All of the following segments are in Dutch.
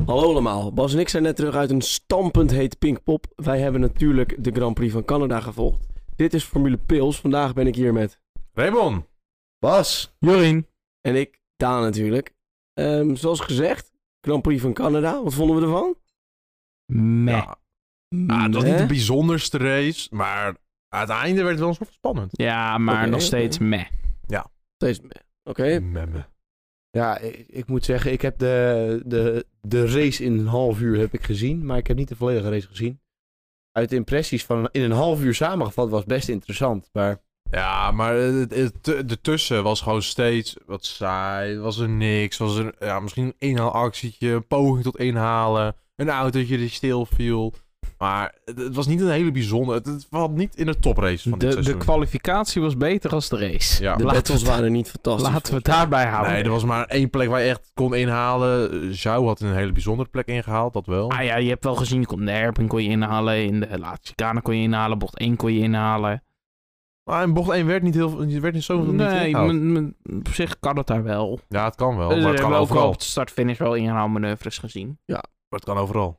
Hallo allemaal, Bas en ik zijn net terug uit een stampend heet Pinkpop. Wij hebben natuurlijk de Grand Prix van Canada gevolgd. Dit is Formule Pils. Vandaag ben ik hier met Raymond. Bas. Jorien. en ik, Daan natuurlijk. Zoals gezegd, Grand Prix van Canada. Wat vonden we ervan? Meh. Ja, het was niet de bijzonderste race, maar aan het einde werd het wel eens spannend. Ja, maar Oké, nog steeds meh. Steeds meh. Oké. Memme. Ja, ik moet zeggen, ik heb de race in een half uur heb ik gezien, maar ik heb niet de volledige race gezien. Uit de impressies van in een half uur samengevat was best interessant, maar... Ja, maar ertussen was gewoon steeds wat saai. Was er niks. Was er misschien een inhaalactietje, een poging tot inhalen. Een autootje die stilviel. Maar het was niet een hele bijzondere... Het valt niet in de toprace van dit De seizoen. kwalificatie was beter als de race. Ja. De battles waren niet fantastisch. Laten we het daarbij houden. Nee, er was maar één plek waar je echt kon inhalen. Zhou had een hele bijzondere plek ingehaald, dat wel. Ah ja, je hebt wel gezien, je kon de hairpin kon je inhalen. In de laatste chicane kon je inhalen. Bocht 1 kon je inhalen. Maar in bocht 1 werd niet zoveel niet Nee, ingehaald. op zich kan het daar wel. Ja, het kan wel, We maar het kan hebben ook wel overal. op de start-finish wel inhaalmanoeuvres gezien. Maar het kan overal.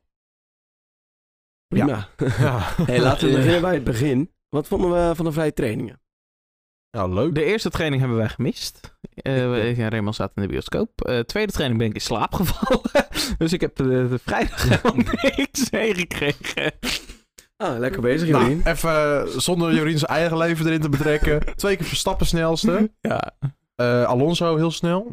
Prima. Ja, Hey, laten we beginnen bij het begin. Wat vonden we van de vrije trainingen? ja leuk. De eerste training hebben wij gemist. Ik en Raymond zaten in de bioscoop. Tweede training ben ik in slaap gevallen. Dus ik heb de vrijdag helemaal niks meegekregen. Ah, lekker bezig, Nou, Jorien. even zonder Jorien zijn eigen leven erin te betrekken. 2 keer Verstappen snelste. Ja. Alonso heel snel.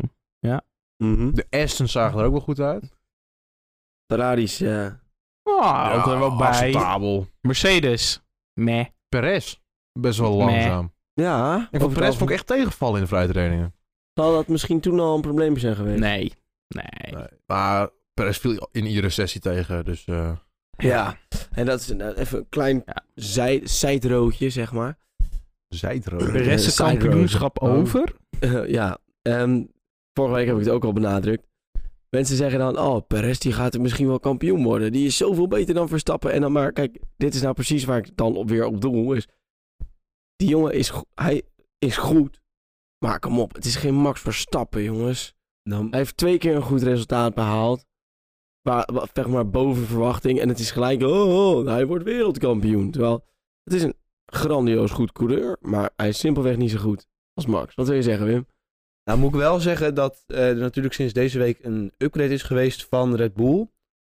De Aston zagen er ook wel goed uit. Ferraris, Ook er wel bij. Acceptabel. Mercedes. Meh. Perez. Best wel langzaam. ja. Ik vond Perez vond ik echt tegenvallen in de vrije trainingen. Zal dat misschien toen al een probleem zijn geweest? Nee. Nee. Maar Perez viel in iedere sessie tegen, dus... Ja, en dat is even een klein zijroodje, zeg maar. Zijdrood. Perez Side road. kampioenschap Oh. over. Ja, vorige week heb ik het ook al benadrukt. Mensen zeggen dan, oh, Perez die gaat er misschien wel kampioen worden. Die is zoveel beter dan Verstappen. En dan maar, kijk, dit is nou precies waar ik dan weer op doel is. Die jongen hij is goed. Maar kom op, het is geen Max Verstappen, jongens. Hij heeft 2 keer een goed resultaat behaald. Zeg maar boven verwachting. En het is gelijk, hij wordt wereldkampioen. Terwijl, het is een grandioos goed coureur. Maar hij is simpelweg niet zo goed als Max. Wat wil je zeggen, Wim? Nou moet ik wel zeggen dat er natuurlijk sinds deze week een upgrade is geweest van Red Bull.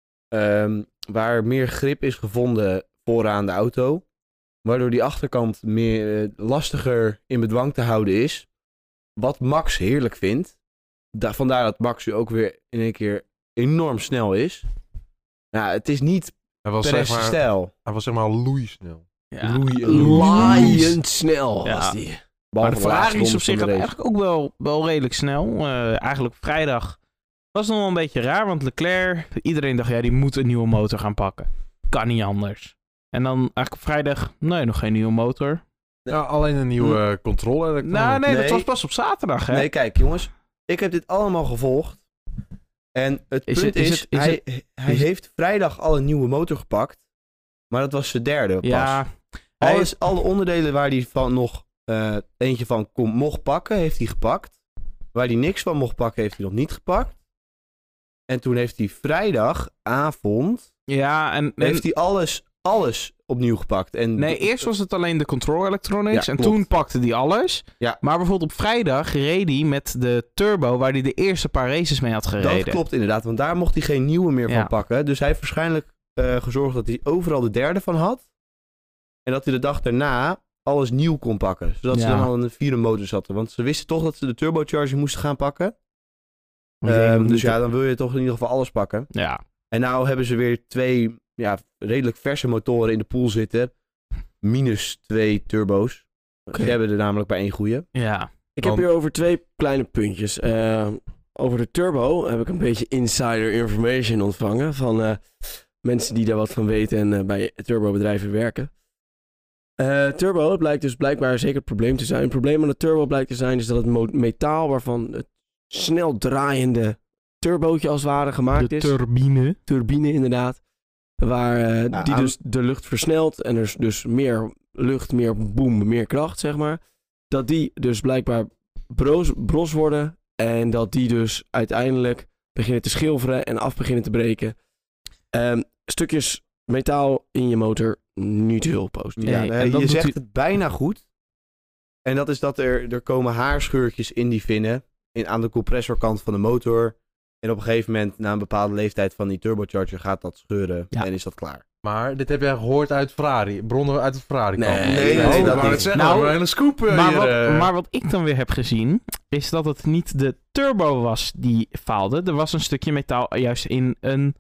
Waar meer grip is gevonden vooraan de auto. Waardoor die achterkant meer lastiger in bedwang te houden is. Wat Max heerlijk vindt. Vandaar dat Max nu ook weer in één keer enorm snel is. Nou, het is niet Hij was Perez' stijl. zeg maar loeisnel. Ja. Laaiend snel Ja. was die. Maar de Behalve laatste Ferrari is ronde op zich van de race. eigenlijk ook wel redelijk snel. Eigenlijk vrijdag was het nog wel een beetje raar. Want Leclerc, iedereen dacht, ja, die moet een nieuwe motor gaan pakken. Kan niet anders. En dan eigenlijk op vrijdag, nee, nog geen nieuwe motor. Ja, alleen een nieuwe controller. Nou, nee, dat Nee. was pas op zaterdag, hè? Nee, kijk jongens. Ik heb dit allemaal gevolgd. En het punt is, hij heeft vrijdag al een nieuwe motor gepakt. Maar dat was zijn derde pas. Ja, Alle onderdelen waar hij van nog eentje van mocht pakken, heeft hij gepakt. Waar hij niks van mocht pakken, heeft hij nog niet gepakt. En toen heeft hij vrijdagavond ja, en heeft hij alles opnieuw gepakt. En nee, eerst was het alleen de control electronics Ja, en klopt. toen pakte hij alles. Ja. Maar bijvoorbeeld op vrijdag reed hij met de turbo waar hij de eerste paar races mee had gereden. dat klopt inderdaad, want daar mocht hij geen nieuwe meer van Ja. pakken. Dus hij heeft waarschijnlijk gezorgd dat hij overal de derde van had. En dat hij de dag daarna alles nieuw kon pakken. Zodat ze Ja. dan al een vierde motor zaten. Want ze wisten toch dat ze de turbocharger moesten gaan pakken. denk Dus niet ja, dan wil je toch in ieder geval alles pakken. Ja, En nou hebben ze weer 2 redelijk verse motoren in de pool zitten. Minus 2 turbo's. Oké. Ze hebben er namelijk bij 1 goeie. ja. Ik heb hier over 2 kleine puntjes. Over de turbo heb ik een beetje insider information ontvangen van mensen die daar wat van weten en bij turbobedrijven werken. Turbo, het blijkt dus blijkbaar zeker het probleem te zijn. Het probleem aan de turbo blijkt te zijn is dat het metaal waarvan het snel draaiende turbootje als het ware gemaakt De is. Turbine inderdaad. Waar die dus de lucht versnelt en er is dus meer lucht, meer boom, meer kracht zeg maar. Dat die dus blijkbaar bros worden en dat die dus uiteindelijk beginnen te schilferen en af beginnen te breken. Stukjes metaal in je motor, niet heel positief. Ja, Nee, en dat je doet zegt het bijna goed. En dat is dat er komen haarscheurtjes in die vinnen. Aan de compressorkant van de motor. En op een gegeven moment, na een bepaalde leeftijd van die turbocharger, gaat dat scheuren Ja. en is dat klaar. Maar dit heb jij gehoord uit Ferrari. Bronnen uit het Ferrari. Nee, dat dat niet. het zeggen. Nou, Nou, een hele scoop Maar wat ik dan weer heb gezien, is dat het niet de turbo was die faalde. Er was een stukje metaal juist in een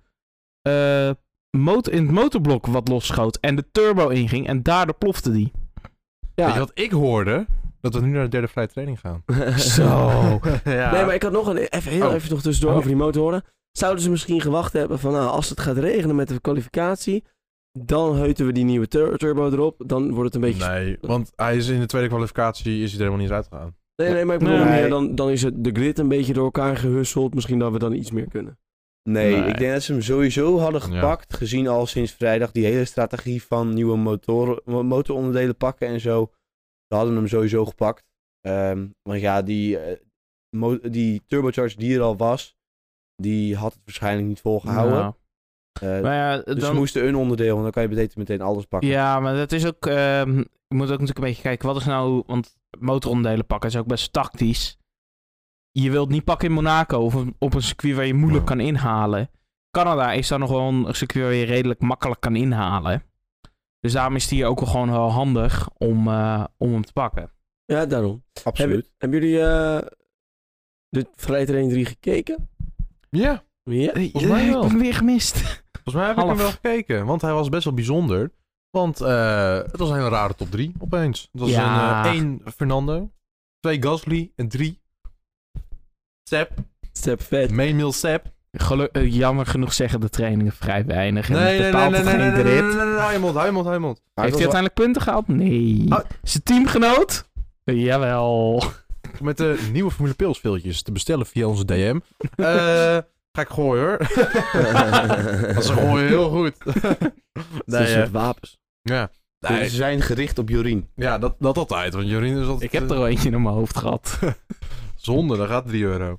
in het motorblok wat losschoot en de turbo inging en daardoor plofte die. Ja. Weet je wat ik hoorde? Dat we nu naar de derde vrije training gaan. Zo. Ja. Nee, maar ik had nog even nog tussendoor Oh. over die motoren. Zouden ze misschien gewacht hebben van, nou, als het gaat regenen met de kwalificatie, dan heuten we die nieuwe turbo erop. Dan wordt het een beetje... Nee, want hij is in de tweede kwalificatie is hij er helemaal niet eens uitgegaan. Nee, maar ik bedoel Nee. meer, dan is het de grid een beetje door elkaar gehusseld. Misschien dat we dan iets meer kunnen. Nee, Nee. ik denk dat ze hem sowieso hadden gepakt. Gezien al sinds vrijdag die hele strategie van nieuwe motoronderdelen pakken en zo. Ze hadden hem sowieso gepakt. Want ja, die turbocharger die er al was, die had het waarschijnlijk niet volgehouden. Ja. Maar ja, Dus dan, ze moesten een onderdeel, want dan kan je meteen alles pakken. ja, maar dat is ook... je moet ook natuurlijk een beetje kijken, wat is nou... Want motoronderdelen pakken is ook best tactisch. Je wilt niet pakken in Monaco of op een circuit waar je moeilijk kan inhalen. Canada is dan nog wel een circuit waar je redelijk makkelijk kan inhalen. Dus daarom is die ook wel gewoon wel handig om hem te pakken. Ja, daarom. Absoluut. Hebben jullie de vrije training 3 gekeken? Ja, Ja. volgens mij wel. Ik heb hem weer gemist. Volgens mij heb ik hem Half. wel gekeken. Want hij was best wel bijzonder. Want het was een hele rare top 3 opeens. Het was Ja. 1 Fernando, 2 Gasly en 3 Sepp. Step vet. Main Sepp. Jammer genoeg zeggen de trainingen vrij weinig. En Nee, bepaalt het geen rit. hou je mond. Maar het Heeft hij was wel- uiteindelijk punten gehaald? Nee. Oh. Zijn teamgenoot? Jawel. Met de nieuwe Formule Pilsveeltjes te bestellen via onze DM. Ga ik gooien hoor. Dat ze gooien heel goed. Dat is een soort wapens. Ja. Ze Nee, zijn gericht op Jorien. ja, dat altijd. Want Jorien is altijd... Ik heb er al eentje in mijn hoofd gehad. Zonde, dat gaat 3 euro.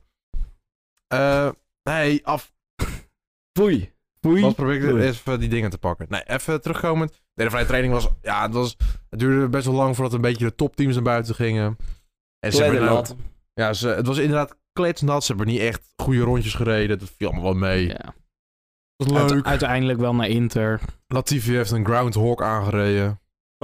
Nee, Foei. Wat probeer ik even die dingen te pakken. Nee, even terugkomend. De vrije training was... Ja, het duurde best wel lang voordat een beetje de topteams naar buiten gingen. En ze hebben ook... Kleddernat. Ja, het was inderdaad kletsnat. Ze hebben niet echt goede rondjes gereden. Dat viel allemaal wel mee. Ja. Dat was leuk. Uiteindelijk wel naar Inter. Latifi heeft een groundhog aangereden.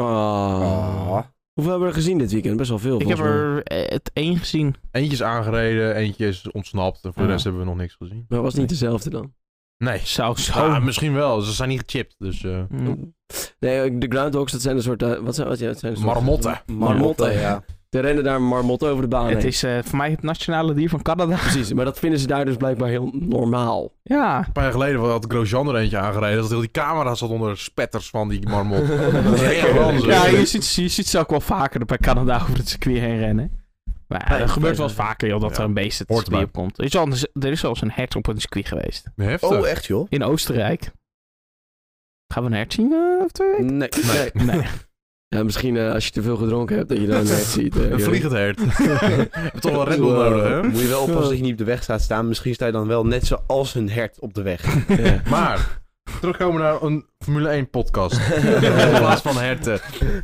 Oh. Hoeveel hebben we er gezien dit weekend? Best wel veel. Ik heb volgens mij. er het 1 gezien. Eentje is aangereden, eentje is ontsnapt. En voor de Ja. rest hebben we nog niks gezien. Maar het was niet dezelfde dan. Nee. Zou zo. Ah, misschien wel. Ze zijn niet gechipt. Dus Mm. Nee, de groundhogs, dat zijn een soort... wat zijn het zijn? marmotten. Marmotten, ja. Er rennen daar marmotten over de baan Het heen. is voor mij het nationale dier van Canada. Precies, maar dat vinden ze daar dus blijkbaar heel normaal. Ja. Een paar jaar geleden had Grosjean er eentje aangereden. Dat heel die camera zat onder spetters van die marmot. Ja, je ziet ze ook wel vaker bij Canada over het circuit heen rennen. Maar ja, Ja, dat gebeurt wel ja. eens vaker, joh, dat Ja. er een beest het Hoort circuit erbij. op komt. Er is wel eens een hert op een circuit geweest. Heftig. Oh, echt joh? In Oostenrijk. Gaan we een hert zien of 2 weken? Nee. Nee. Ja, misschien als je te veel gedronken hebt, dat je dan net ziet. Een vliegend hert. Je hebt toch wel Red Bull nodig, hè? Moet je wel oppassen dat je niet op de weg staat staan. Misschien sta je dan wel net zoals een hert op de weg. Ja. Maar, terugkomen naar een Formule 1 podcast. In plaats van herten.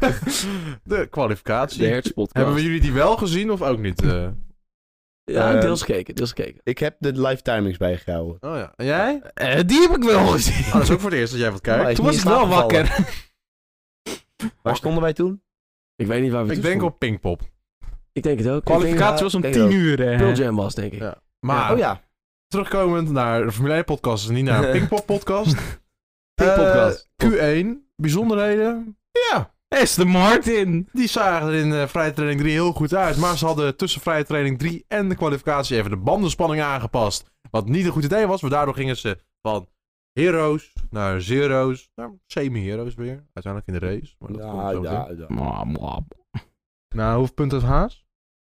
De kwalificatie. De hertspot. Hebben we jullie die wel gezien of ook niet? Ja, deels gekeken. Ik heb de live timings bijgehouden. Oh ja. En jij? Die heb ik wel gezien. Oh, dat is ook voor het eerst dat jij wat kijkt. Maar Toen was ik wel wakker. Waar stonden wij toen? Ik weet niet waar we Ik toen denk stonden. op Pinkpop. Ik denk het ook. Kwalificatie was om denk 10 ook. uur. Pearl Jam was, denk ik. Ja. Maar, Oh ja. terugkomend naar de Formule 1 podcast en niet naar een Pinkpop podcast. Pinkpopcast. Q1, bijzonderheden. Ja, Aston Martin. die zagen er in vrije training 3 heel goed uit. Maar ze hadden tussen vrije training 3 en de kwalificatie even de bandenspanning aangepast. Wat niet een goed idee was, want daardoor gingen ze van heroes naar zero's naar semi-heroes weer. Uiteindelijk in de race. Maar dat komt zo meteen. Mwah, mwah. Nou, hoeveel punten heeft Haas?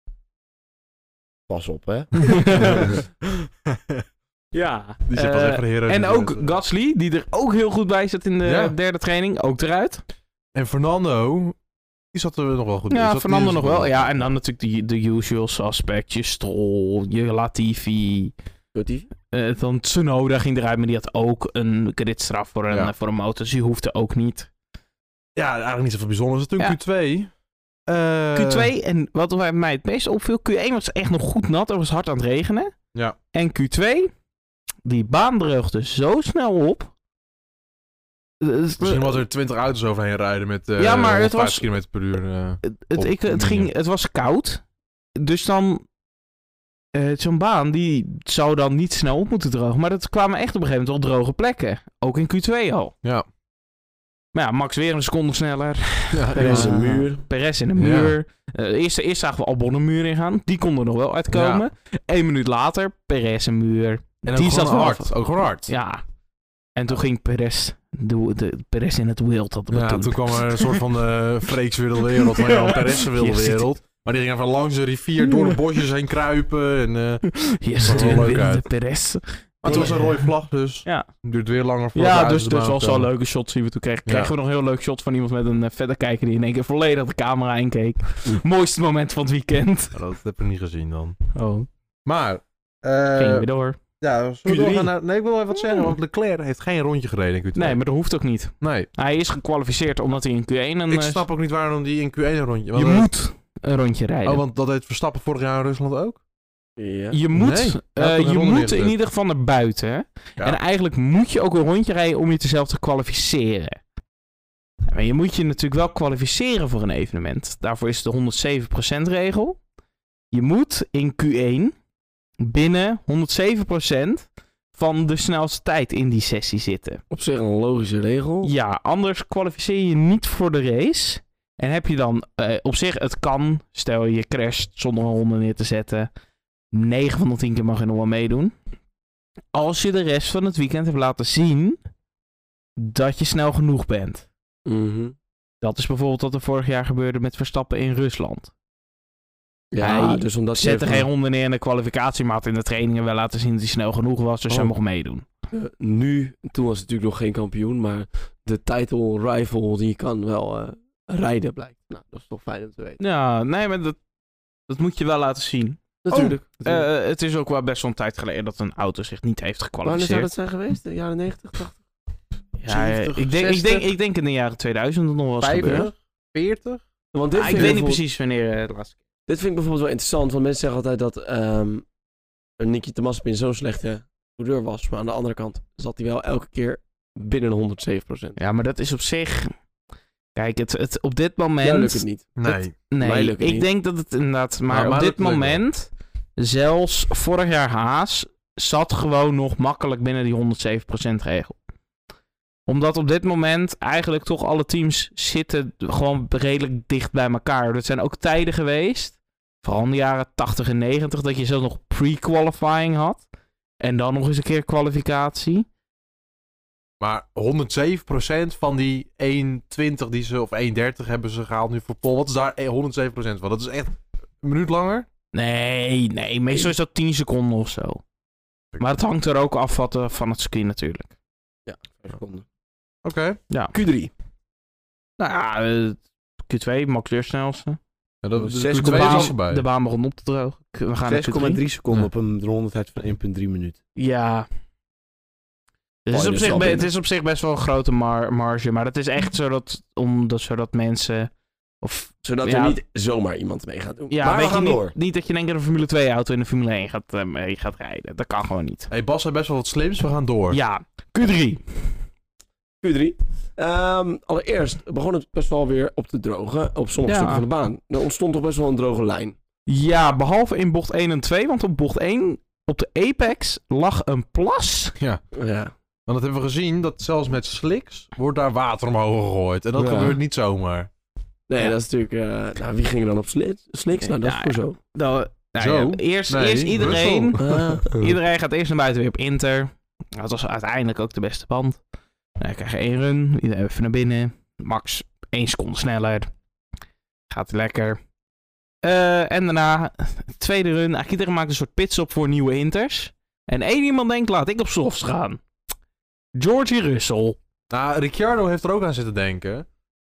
Pas op, hè. Ja. Die zit pas even de heroes. En ook Gasly, die er ook heel goed bij zit in de Ja. derde training. Ook eruit. En Fernando, die zat er nog wel goed in. Ja, Zat Fernando niet nog zo wel. goed. Ja, en dan natuurlijk de usual suspects. Je Stroll, je Latifi. Latifi? Dan Tsunoda ging eruit, maar die had ook een gridstraf voor een motor. Dus die hoefde ook niet. Ja, eigenlijk niet zoveel bijzonders. Toen Q2. Q2, en wat mij het meest opviel, Q1 was echt nog goed nat. Er was hard aan het regenen. Ja. En Q2, die baan droogde zo snel op. Misschien was er 20 auto's overheen rijden met maar het 150 was km per uur. Het was koud. Dus dan... zo'n baan, die zou dan niet snel op moeten drogen. Maar dat kwamen echt op een gegeven moment wel droge plekken. Ook in Q2 al. Ja. Maar ja, Max weer een seconde sneller. Ja, Perez in een muur. Perez in een muur. Eerst zagen we Albon een muur ingaan. Die kon er nog wel uitkomen. 1 minuut later, Perez een muur. En die zat wel hard. Ook gewoon hard. Ja. En toen ging Perez... De Perez in het wild. Toen kwam er een soort van Freeks wereldwereld. Van Jan Perez wereldwereld. Maar die ging even langs de rivier, door de bosjes heen kruipen. En, hier zit weer een winnende Perez. Maar toen was een rode vlag, dus duurt weer langer. Dus was wel een leuke shot zien we toen kregen we nog een heel leuk shot van iemand met een verder kijker die in één keer volledig de camera inkeek. Mooiste moment van het weekend. Dat heb ik niet gezien dan. Oh. Maar... Ging weer door. Ja, ik wil even wat zeggen, want Leclerc heeft geen rondje gereden in Q2. Nee, maar dat hoeft ook niet. Nee. Hij is gekwalificeerd omdat hij in Q1... Ik snap ook niet waarom die in Q1 een rondje... Je moet een rondje rijden. Oh, want dat deed Verstappen vorig jaar in Rusland ook? Ja. Je moet in ieder geval naar buiten. Hè? Ja. En eigenlijk moet je ook een rondje rijden om je jezelf te kwalificeren. Maar je moet je natuurlijk wel kwalificeren voor een evenement. Daarvoor is de 107% regel. Je moet in Q1 binnen 107% van de snelste tijd in die sessie zitten. Op zich een logische regel. Ja, anders kwalificeer je niet voor de race. En heb je dan op zich, het kan, stel je crasht zonder een ronde neer te zetten. 9 van de 10 keer mag je nog wel meedoen. Als je de rest van het weekend hebt laten zien dat je snel genoeg bent. Mm-hmm. Dat is bijvoorbeeld wat er vorig jaar gebeurde met Verstappen in Rusland. Ja, hij dus omdat zette geen ronde neer in de kwalificatie, maar had in de trainingen wel laten zien dat hij snel genoeg was, dus hij mocht meedoen. Toen was hij natuurlijk nog geen kampioen, maar de title rival die kan wel rijden blijkt. Nou, dat is toch fijn om te weten. Ja, nee, maar dat moet je wel laten zien. Natuurlijk. Het is ook wel best wel een tijd geleden dat een auto zich niet heeft gekwalificeerd. Wanneer zou dat zijn geweest? De jaren 90, 80? Ja, 70, ik denk in de jaren 2000 nog wel eens 50, 40? Want ik weet niet precies wanneer de laatste keer. Dit vind ik bijvoorbeeld wel interessant, want mensen zeggen altijd dat Nikita Mazepin zo'n slechte coureur was. Maar aan de andere kant zat hij wel elke keer binnen 107%. Ja, maar dat is op zich... Kijk, het op dit moment... Jou lukt het niet. Nee. Ik denk dat het inderdaad... Maar op dit moment, zelfs vorig jaar Haas, zat gewoon nog makkelijk binnen die 107% regel. Omdat op dit moment eigenlijk toch alle teams zitten gewoon redelijk dicht bij elkaar. Er zijn ook tijden geweest, vooral in de jaren 80 en 90, dat je zelfs nog pre-qualifying had. En dan nog eens een keer kwalificatie. Maar 107% van die 1,20 die ze, of 1,30 hebben ze gehaald nu voor Pol. Wat is daar 107% van? Dat is echt een minuut langer? Nee. Meestal is dat 10 seconden of zo. Maar het hangt er ook af van het circuit natuurlijk. Ja, 5 seconden. Oké. Ja. Q3. Nou ja, Q2, Max weer snelste. Ja, dat is de baan begon op te drogen. 6,3 seconden op een rondetijd van 1,3 minuut. Ja. Het is op zich best wel een grote marge, maar het is echt zodat mensen... Zodat er niet zomaar iemand mee gaat doen. Ja, maar weet we gaan je door. Niet dat je in één keer een Formule 2 auto in de Formule 1 gaat rijden. Dat kan gewoon niet. Hey, Bas heeft best wel wat slims, we gaan door. Ja, Q3. Allereerst begon het best wel weer op te drogen op sommige stukken van de baan. Er ontstond toch best wel een droge lijn. Ja, behalve in bocht 1 en 2, want op bocht 1, op de apex, lag een plas. Ja. Want dat hebben we gezien, dat zelfs met slicks wordt daar water omhoog gegooid. En dat gebeurt niet zomaar. Nee, dat is natuurlijk... wie ging er dan op slicks? Nou, dat is gewoon zo. Eerst iedereen. Iedereen gaat eerst naar buiten weer op Inter. Dat was uiteindelijk ook de beste band. Dan krijg je 1 run. Iedereen even naar binnen. Max 1 seconde sneller. Gaat lekker. En daarna, tweede run. Eigenlijk iedereen maakt een soort pitstop voor nieuwe Inters. En 1 iemand denkt, laat ik op softs gaan. Georgie Russell. Nou, Ricciardo heeft er ook aan zitten denken.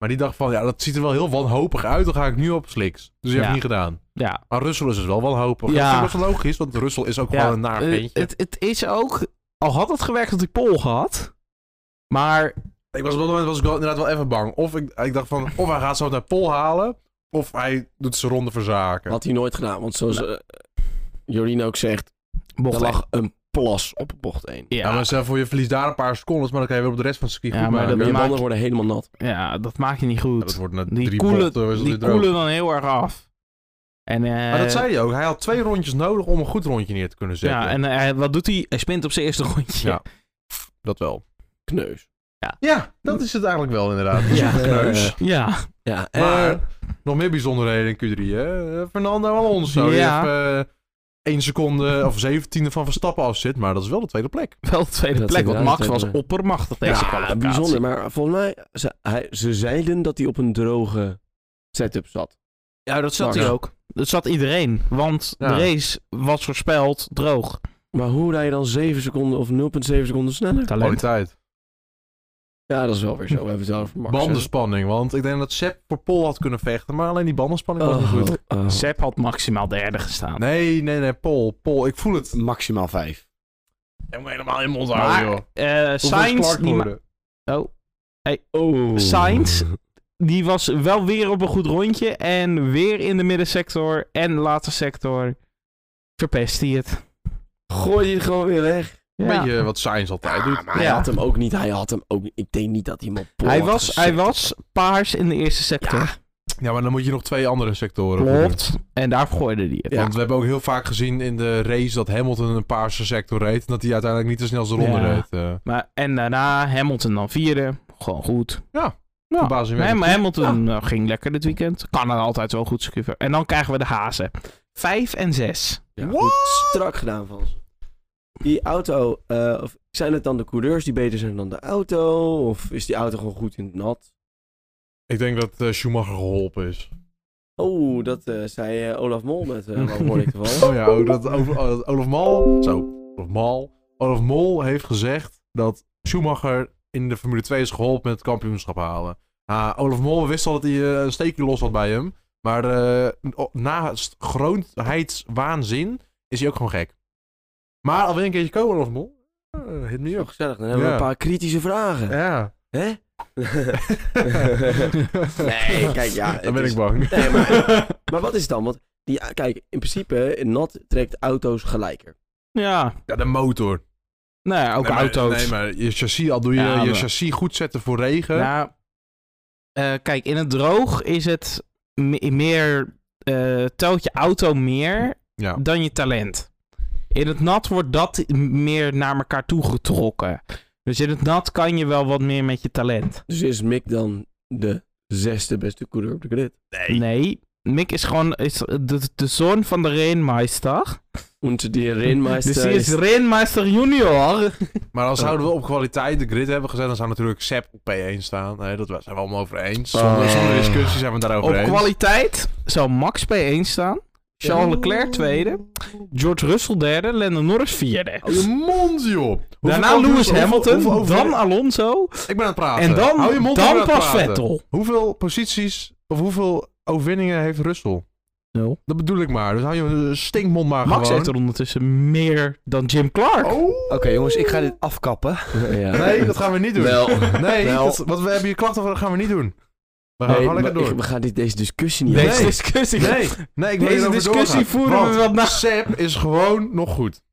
Maar die dacht van, ja, dat ziet er wel heel wanhopig uit. Dan ga ik nu op slicks. Dus die heeft Ja. het niet gedaan. Ja. Maar Russell is dus wel wanhopig. Ja. Dat vind ik best wel logisch, want Russell is ook gewoon een naar ventje. Het is ook... Al had het gewerkt dat hij pole gehad. Maar... Ik was op dat moment was ik wel, inderdaad wel even bang. Of ik dacht van, of hij gaat zo naar Pol halen, of hij doet zijn ronde verzaken. Had hij nooit gedaan, want zoals Jorien ook zegt, Bocht er lag een plas op bocht 1. Ja, maar stel voor je verliest daar een paar secondes, maar dan kan je weer op de rest van het circuit Ja, goed maar maken. Maar je maak banden je- worden helemaal nat. Ja, dat maak je niet Ja, goed. dat wordt na Die 3 koelen, bochten, is het die weer droog. koelen dan heel erg af. En, Maar dat zei hij ook. Hij had 2 rondjes nodig om een goed rondje neer te kunnen zetten. ja, en wat doet hij? Hij spint op zijn eerste rondje. Ja. Dat wel. Kneus. Ja, dat is het eigenlijk wel inderdaad. Ja. Kneus. Ja. Ja, Maar nog meer bijzonderheden in Q3, hè? Fernando Alonso, die Ja. heeft 1 seconde of 17e van Verstappen af zit, maar dat is wel de tweede plek. Wel de tweede Dat plek, want inderdaad, Max was tweede. oppermachtig deze ja, kwalificatie. bijzonder. Maar volgens mij, ze zeiden dat hij op een droge setup zat. Ja, dat zat Max. hij ook. Dat zat iedereen, want Ja. de race was voorspeld droog. Maar hoe rij je dan 7 seconden of 0,7 seconden sneller? Talent. Kwaliteit. Ja, dat is wel weer zo. We hebben het over Max. hè. Bandenspanning, want ik denk dat Sepp voor Pol had kunnen vechten, maar alleen die bandenspanning was niet goed. Sepp had maximaal derde gestaan. Nee, Pol. Ik voel het. Maximaal 5. Je moet helemaal in je mond Maar houden, joh. Hoeveel is Sainz, Clark die, geworden? Oh. Sainz, die was wel weer op een goed rondje. En weer in de middensector en de laatste sector verpest hij het. Gooi je het gewoon weer weg. Weet je wat Sainz altijd doet? Maar hij Ja. had hem ook niet. Hij had hem ook niet. Ik denk niet dat hij hem op pol Hij had was, gezet. hij was paars in de eerste sector. Ja. Ja, maar dan moet je nog 2 andere sectoren voor doen. Klopt. En daar gooide hij het. Ja. Want we hebben ook heel vaak gezien in de race dat Hamilton een paarse sector reed. En dat hij uiteindelijk niet te snel zijn ronde Ja. reed. Maar, en daarna Hamilton dan vierde. Gewoon goed. Ja, Ja. verbazingwekkend Maar goed. Hamilton ging lekker dit weekend. Kan er altijd wel goed scuffen. En dan krijgen we de hazen. 5 en 6. Ja, goed, strak gedaan van ze. Die auto, of zijn het dan de coureurs die beter zijn dan de auto? Of is die auto gewoon goed in het nat? Ik denk dat Schumacher geholpen is. Oh, dat zei Olaf Mol met wat hoorde ik ervan. Oh ja, dat Olaf Mol... Zo, Olaf Mol heeft gezegd dat Schumacher in de Formule 2 is geholpen met het kampioenschap halen. Olaf Mol wist al dat hij een steekje los had bij hem. Maar naast grootheidswaanzin is hij ook gewoon gek. Maar alweer een keertje komen, Olaf Mol. Hit me Zo up. gezellig, dan hebben we Ja. een paar kritische vragen. Ja. Hè? Nee, kijk, ja. Dan ben ik bang. Nee, maar wat is het dan? Want kijk, in principe, nat trekt auto's gelijker. Ja. Ja, de motor. Nou ja, ook Nee, maar- auto's. Nee, maar je chassis, al doe je Ja, je maar- chassis goed zetten voor regen. Nou, kijk, in het droog is het meer... telt je auto meer Ja. dan je talent. In het nat wordt dat meer naar elkaar toe getrokken. Dus in het nat kan je wel wat meer met je talent. Dus is Mick dan de 6e beste coureur op de grid? Nee, Mick is gewoon de zoon van de Rennmeister. Und die Rennmeister Dus die is Rennmeister junior. Maar dan zouden we op kwaliteit de grid hebben gezet. Dan zou natuurlijk Sepp op P1 staan. Nee, dat zijn we allemaal over eens. Zonder discussie zijn we het daarover Op eens. kwaliteit zou Max P1 staan. Charles Leclerc tweede. George Russell derde. Lando Norris vierde. Hou je mond, joh. Daarna Lewis Hamilton. Dan Alonso. Ik ben aan het praten. En dan, Hou je mond, ik ben dan aan het pas praten. Vettel. Hoeveel posities of hoeveel overwinningen heeft Russell? 0. Dat bedoel ik maar. Dus hou je stinkmond maar Max gewoon. heeft er ondertussen meer dan Jim Clark. Oh. Oké, jongens, ik ga dit afkappen. Ja. Nee, dat gaan we niet doen. Wel. Nee, Wel. wat we hebben hier klachten over, dat gaan we niet doen. We gaan Nee, gewoon lekker maar door. we gaan deze discussie niet Deze hebben. discussie. Nee, ik wil Deze hierover discussie doorgaan. voeren we Want wel na. Sepp is gewoon nog goed.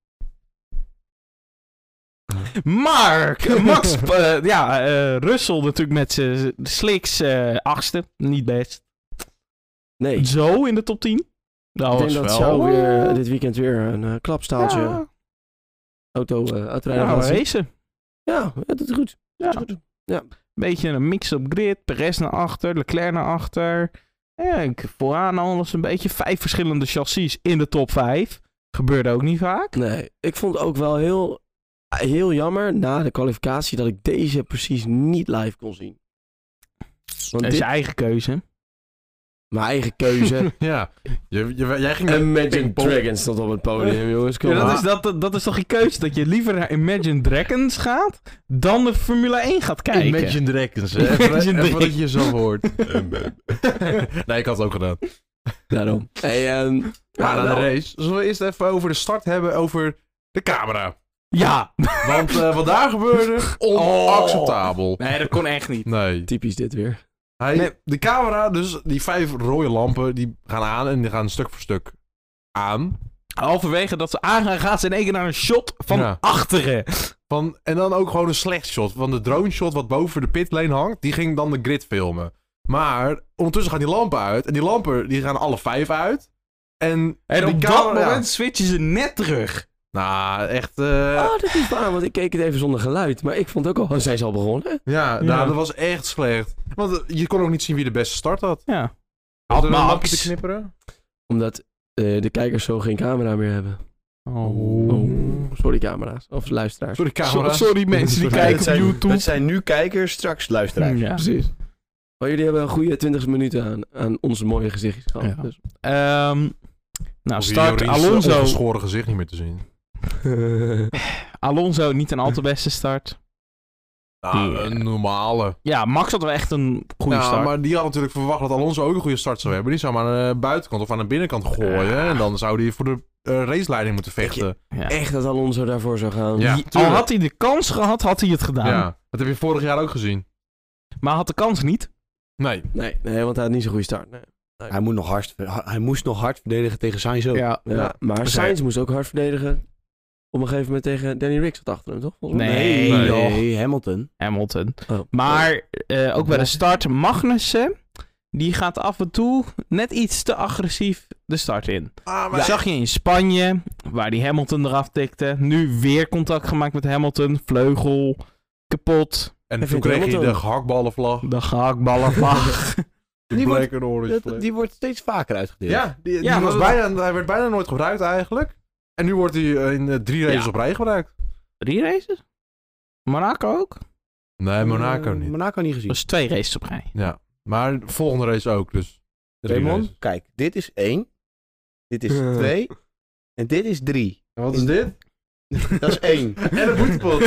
Max, Russell natuurlijk met zijn slicks 8e. Niet best. Nee. Zo in de top 10. Dat Ik denk was dat wel... Zou weer dit weekend weer een klapstaaltje Ja, autorijden ja, laten zien. racen. Ja, dat is goed. Ja. Dat is goed. Beetje een mix-up grid. Perez naar achter, Leclerc naar achter. Ja, vooraan alles een beetje 5 verschillende chassis in de top 5. Gebeurde ook niet vaak. Nee, ik vond ook wel heel jammer na de kwalificatie dat ik deze precies niet live kon zien. Want Dat is je eigen keuze. Mijn eigen keuze. Ja. Jij ging naar Imagine Pinkpop. Dragons stond op het podium, jongens. Kom Ja, maar. dat is toch je keuze, dat je liever naar Imagine Dragons gaat, dan de Formule 1 gaat kijken. Imagine Dragons, hè? Imagine Even Dragons. dat je zo hoort. Nee, ik had het ook gedaan. Daarom. Hey, Maar na de race, zullen we eerst even over de start hebben, over de camera. Ja. Want wat daar gebeurde, onacceptabel. Nee, dat kon echt niet. Nee. Typisch dit weer. De camera, dus die 5 rode lampen, die gaan aan en die gaan stuk voor stuk aan. Halverwege dat ze aangaan, gaat ze in één keer naar een shot van Ja. achteren. En dan ook gewoon een slecht shot. Van de drone shot wat boven de pitlane hangt, die ging dan de grid filmen. Maar ondertussen gaan die lampen uit. En die lampen die gaan alle 5 uit. En En die op dat camera- moment switchen ze net terug. Nou, echt... Oh, dat is waar, want ik keek het even zonder geluid. Maar ik vond ook al, zijn ze al begonnen? Ja, nou, dat was echt slecht. Want je kon ook niet zien wie de beste start had. Ja. Had er een Max. lampje te knipperen? Omdat de kijkers zo geen camera meer hebben. Oh. Sorry camera's. Of luisteraars. Sorry, camera. Sorry mensen die Nee, kijken het op zijn, YouTube. Het zijn nu kijkers, straks luisteraars. Ja. Precies. Maar jullie hebben een goede 20 minuten aan onze mooie gezichtjes gehad. Ja. Dus. Nou, Of start Jori's Alonso. ongeschoren gezicht niet meer te zien. Alonso niet een al te beste start. Nou, Ja. een normale. Ja, Max had wel echt een goede Ja, start. maar die had natuurlijk verwacht dat Alonso ook een goede start zou hebben. Die zou hem aan de buitenkant of aan de binnenkant gooien. Ja. En dan zou hij voor de raceleiding moeten vechten. Ja. Echt dat Alonso daarvoor zou gaan. Ja. Al tuurlijk. had hij de kans gehad, had hij het gedaan. Ja, dat heb je vorig jaar ook gezien. Maar had de kans niet. Nee. Nee, want hij had niet zo'n goede start. Nee. Hij moest nog hard verdedigen tegen Sainz ook. Ja. Ja, maar Dus Sainz moest ook hard verdedigen. Op een gegeven moment tegen Danny Rick zat achter hem, toch? Volgens mij. Nee. Nee, Hamilton. Hamilton. Oh. Maar ook bij de start, Magnussen, die gaat af en toe net iets te agressief de start in. Dat zag je in Spanje, waar die Hamilton eraf tikte. Nu weer contact gemaakt met Hamilton. Vleugel, kapot. En Hij toen vindt kreeg hij Hamilton. de gehaktballenvlag. De gehaktballenvlag. De Die wordt- Black and Orange flag. Die wordt steeds vaker uitgedeeld. Ja, die Ja, was maar hij werd bijna nooit gebruikt eigenlijk. En nu wordt hij in 3 races Ja. op rij gebruikt. 3 races? Monaco ook? Nee, Monaco niet. Monaco niet gezien. Dat is 2 races op rij. Ja, maar de volgende race ook, dus 3 Raymond, races. kijk, dit is 1. Dit is 2. En dit is 3. En wat is dit? Dat is 1. En een boetepot.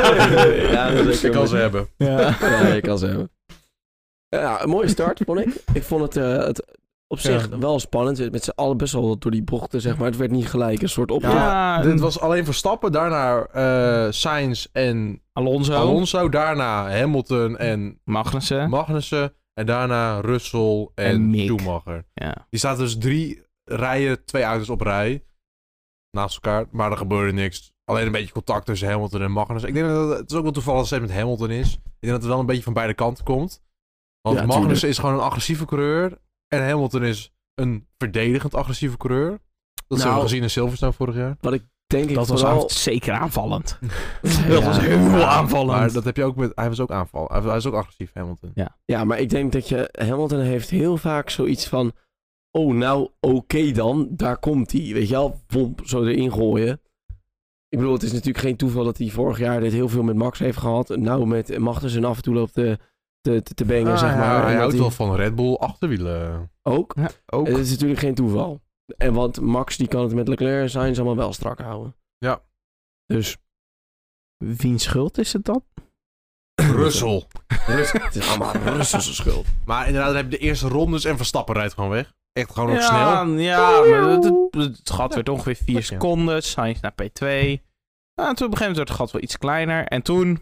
Ja, dat is Ik kan ze hebben. Ja. Ja, je kan ze hebben. Ja, een mooie start, vond ik. Ik vond het op zich wel spannend. Met z'n allen best wel door die bochten, zeg maar. Het werd niet gelijk een soort opdracht. Ja, Dit was alleen Verstappen, daarna Sainz en Alonso, daarna Hamilton en Magnussen en daarna Russell En en Mick. Schumacher. Ja. Die zaten dus 3 rijen, 2 auto's op rij, naast elkaar, maar er gebeurde niks. Alleen een beetje contact tussen Hamilton en Magnussen. Ik denk dat het is ook wel toevallig dat het met Hamilton is. Ik denk dat het wel een beetje van beide kanten komt. Want Ja, Magnussen tuurlijk. is gewoon een agressieve coureur en Hamilton is een verdedigend agressieve coureur. Dat hebben we gezien in Silverstone vorig jaar. Denk ik Dat was vooral... zeker aanvallend. Ja. Dat was heel aanvallend. Maar dat heb je ook met... Hij was ook aanval. Hij is ook agressief, Hamilton. Ja, maar ik denk dat Hamilton heeft heel vaak zoiets van... Oh, nou, oké dan. Daar komt hij. Weet je wel? Womp, zo erin gooien. Ik bedoel, het is natuurlijk geen toeval dat hij vorig jaar dit heel veel met Max heeft gehad. Nou, met Magnussen af en toe loopt te bangen, zeg maar. Hij En houdt dat wel van Red Bull achterwielen. Ook. Ja, ook. Het is natuurlijk geen toeval. En want Max die kan het met Leclerc en Sainz allemaal wel strak houden. Ja. Dus... Wiens schuld is het dan? Russell. Het is allemaal Russelse schuld. Maar inderdaad, dan heb je de eerste rondes en Verstappen rijdt gewoon weg. Echt gewoon ook snel. Ja, maar het gat werd ongeveer 4 Ja. seconden. Sainz naar P2. Nou, toen op een gegeven moment werd het gat wel iets kleiner. En toen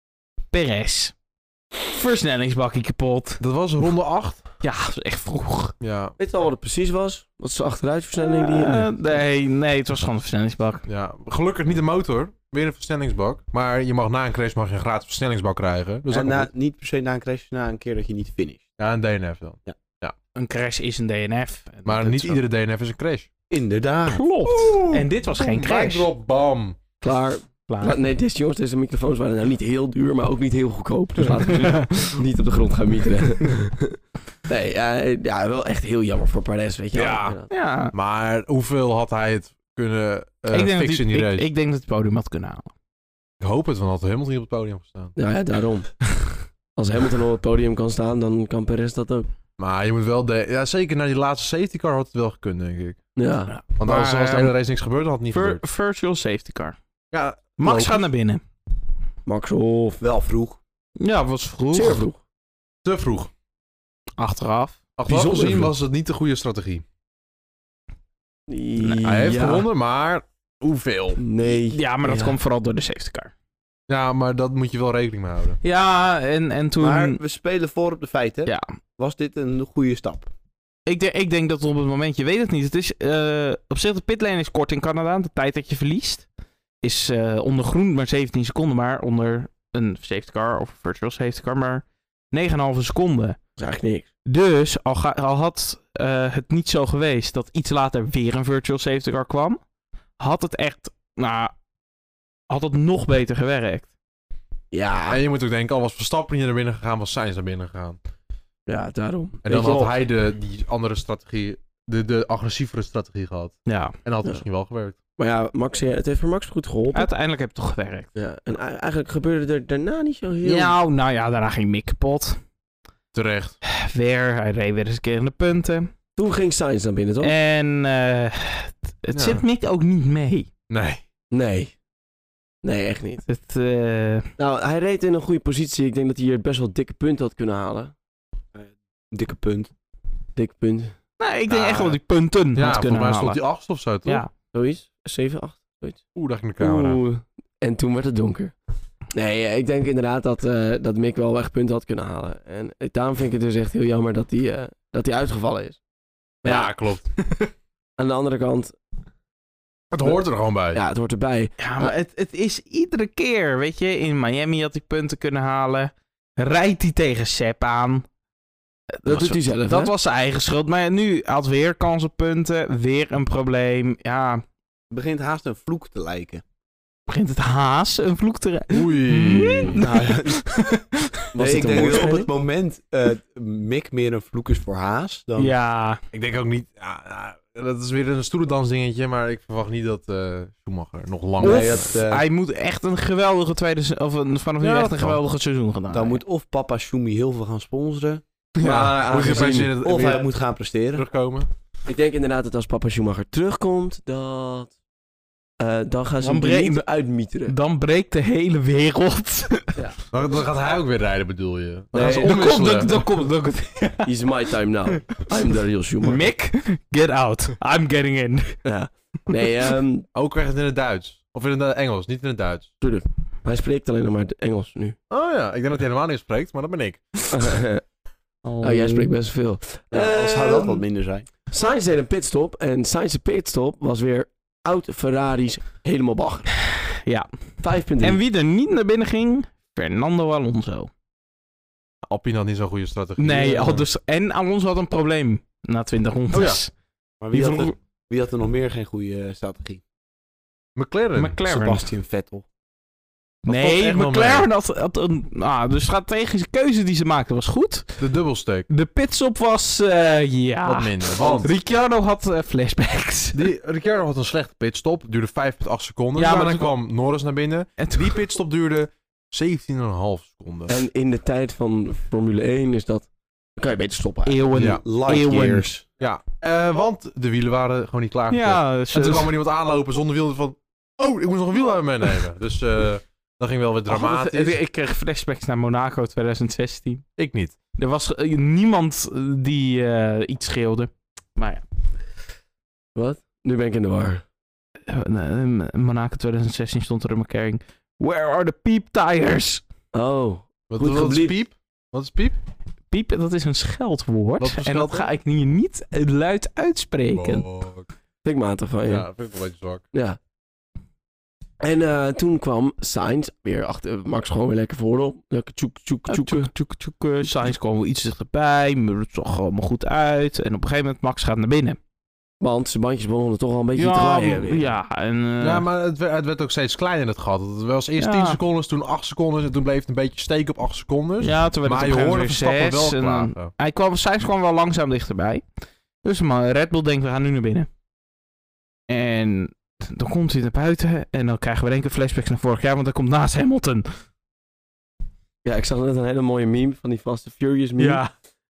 Perez. Versnellingsbakkie kapot. Dat was ronde 8. Ja, dat was echt vroeg. Ja. Weet je al wat het precies was? Wat is de achteruitversnelling die je... Nee, het was gewoon een versnellingsbak. Ja. Gelukkig niet de motor. Weer een versnellingsbak. Maar je mag na een crash een gratis versnellingsbak krijgen. Dus En niet per se na een crash, na een keer dat je niet finisht. ja, een DNF dan. Een crash is een DNF. En Maar dat niet is iedere DNF is een crash. Inderdaad. Klopt. En dit was geen crash. Drop, bam. Klaar. Klaar. Nee, deze microfoons waren nou niet heel duur, maar ook niet heel goedkoop. Dus laten we ze niet op de grond gaan mieteren. Nee, ja, wel echt heel jammer voor Perez, weet je wel. Ja. Ja. Maar hoeveel had hij het kunnen Ik denk, dat fixen in die race? ik denk dat hij het podium had kunnen halen. Ik hoop het, want had Hamilton niet op het podium gestaan. Ja, daarom. Als Hamilton op het podium kan staan, dan kan Perez dat ook. Maar je moet wel... Ja, zeker na die laatste safety car had het wel gekund, denk ik. Ja. Want als de hele race niks gebeurd, had het niet gebeurd. Virtual safety car. Ja, Max gaat naar binnen. Max of Wel vroeg. Ja, was vroeg. zeer vroeg. te vroeg. Achteraf. Achteraf Bijzonder gezien vroeg. was het niet de goede strategie. Nee, Hij heeft gewonnen, maar hoeveel? Nee. Ja, maar dat Ja. komt vooral door de safety car. Ja, maar dat moet je wel rekening mee houden. Ja, en toen... Maar we spelen voor op de feiten. Ja, Was dit een goede stap? ik denk dat op het moment, je weet het niet. Het is op zich, de pitlane is kort in Canada. De tijd dat je verliest is onder groen maar 17 seconden. Maar onder een safety car of virtual safety car maar 9,5 seconden. Dat is eigenlijk niks. Dus al had het niet zo geweest dat iets later weer een virtual safety car kwam, had het echt, had het nog beter gewerkt. Ja. En je moet ook denken, al was Verstappen niet naar binnen gegaan, was Sainz naar binnen gegaan. Ja, daarom. En dan Weet je had wel. hij die andere strategie, de agressievere strategie gehad. Ja, En dat had Ja. misschien wel gewerkt. Maar ja, Max, het heeft voor Max goed geholpen. uiteindelijk heb het toch gewerkt. Ja. En eigenlijk gebeurde er daarna niet zo heel... Nou ja, daarna ging Mick kapot. Terecht. Hij reed weer eens een keer in de punten. Toen ging Sainz naar binnen, toch? En het Ja. zit Mick ook niet mee. Nee. Nee. Nee, echt niet. Het, Nou, hij reed in een goede positie. Ik denk dat hij hier best wel dikke punten had kunnen halen. Dikke punt. Dikke punt. ik denk Ja. echt wel die punten Ja, had volgens kunnen mij halen. stond hij 8 of zo, toch? Ja, Zoiets. 7, 8. Zoiets. Oeh, daar ging de camera. Oeh. En toen werd het donker. Nee, ik denk inderdaad dat Mick wel echt punten had kunnen halen. En daarom vind ik het dus echt heel jammer dat hij uitgevallen is. Maar Ja, klopt. aan de andere kant, Het hoort er gewoon bij. ja, het hoort erbij. ja maar het is iedere keer, weet je. In Miami had hij punten kunnen halen. Rijdt hij tegen Sepp aan. Dat doet hij zelf, Dat hè? was zijn eigen schuld. Maar nu had weer kans op punten. Weer een probleem. Ja, Het begint haast een vloek te lijken. begint het haas een vloek te rijden. Oei. Nou, Was nee, het ik een denk dat op woordspeling? het moment Mick meer een vloek is voor Haas dan... Ja, Ik denk ook niet... Ja, dat is weer een stoelendansdingetje, maar ik verwacht niet dat Schumacher nog lang... Nee, of dat, hij moet echt een geweldige vanaf nu Ja, echt dat een kan. geweldige seizoen gedaan. Dan moet of papa Schumi heel veel gaan sponsoren, Maar moet je aangezien- opeens in het of weer hij moet gaan presteren. terugkomen. Ik denk inderdaad dat als papa Schumacher terugkomt, dan gaan ze Dan hem er niet uitmieteren. Dan breekt de hele wereld. Dan gaat hij ook weer rijden, bedoel je? Dan Nee, gaan ze dan omwisselen. Dan komt It's my time now. I'm the real Schumacher. Mick, get out. I'm getting in. Ja. Nee, Ook krijg je het in het Duits. Of in het Engels, niet in het Duits. hij spreekt alleen nog maar Engels nu. Oh ja, ik denk dat hij helemaal niet spreekt, maar dat ben ik. Oh, jij spreekt best veel. Ja, als zou dat wat minder zijn. Sainz deed een pitstop en Sainz's pitstop was weer oud Ferraris helemaal bagger. Ja. 5.3. En wie er niet naar binnen ging? Fernando Alonso. Alpine had niet zo'n goede strategie. Nee, Ja. en Alonso had een probleem na 20 rondes. Maar Die wie had er nog meer geen goede strategie? McLaren. McLaren. Sebastian Vettel. valt Nee, echt wel McLaren had een... de strategische keuze die ze maakten was goed. De dubbelsteek. De pitstop was... Wat minder. Want Ricciardo had flashbacks. Ricciardo had een slechte pitstop. Duurde 5,8 seconden. Ja, Ja, maar maar dan dat- kwam Norris naar binnen. En toen- Die pitstop duurde 17,5 seconden. En in de tijd van Formule 1 is dat... Dan kan je beter stoppen eigenlijk. Eeuwen. Ja. Light years. Ja, want de wielen waren gewoon niet klaar. Ja, En toen kwam er iemand aanlopen zonder wiel van... Oh, ik moet nog een wiel aan meenemen. Dus dat ging wel weer dramatisch. Ik kreeg flashbacks naar Monaco 2016. Ik niet. Er was niemand die iets schreeuwde. Maar ja. Wat? Nu ben ik in de war. Monaco 2016 stond er een markering. Where are the peep tires? Oh. Wat Goed is gebliept. piep? Wat is piep? Piep, dat is een scheldwoord. Wat voor En dat scheldwoord? ga ik hier niet luid uitspreken. Vind ik matig van je. Ja, vind ik wel een beetje zwak. Ja. En toen kwam Sainz weer achter Max gewoon weer lekker voorop. Lekker tjoek, tjoek, tjoek. Sainz kwam wel iets dichterbij. Maar het zag allemaal goed uit. En op een gegeven moment Max gaat naar binnen. Want zijn bandjes begonnen toch al een beetje te glijden. weer. ja, en... Ja, maar het werd ook steeds kleiner het gat. Het was eerst Ja. 10 seconden, toen 8 seconden. En toen bleef het een beetje steken op 8 seconden. Ja, toen werd maar het je op een hoorde gegeven Verstappen moment wel 6 en klagen. Sainz kwam wel langzaam dichterbij. Dus Red Bull denkt, we gaan nu naar binnen. En dan komt hij naar buiten. En dan krijgen we in één keer flashbacks naar vorig jaar. Want dan komt naast Hamilton. Ja, ik zag net een hele mooie meme van die Fast and Furious meme.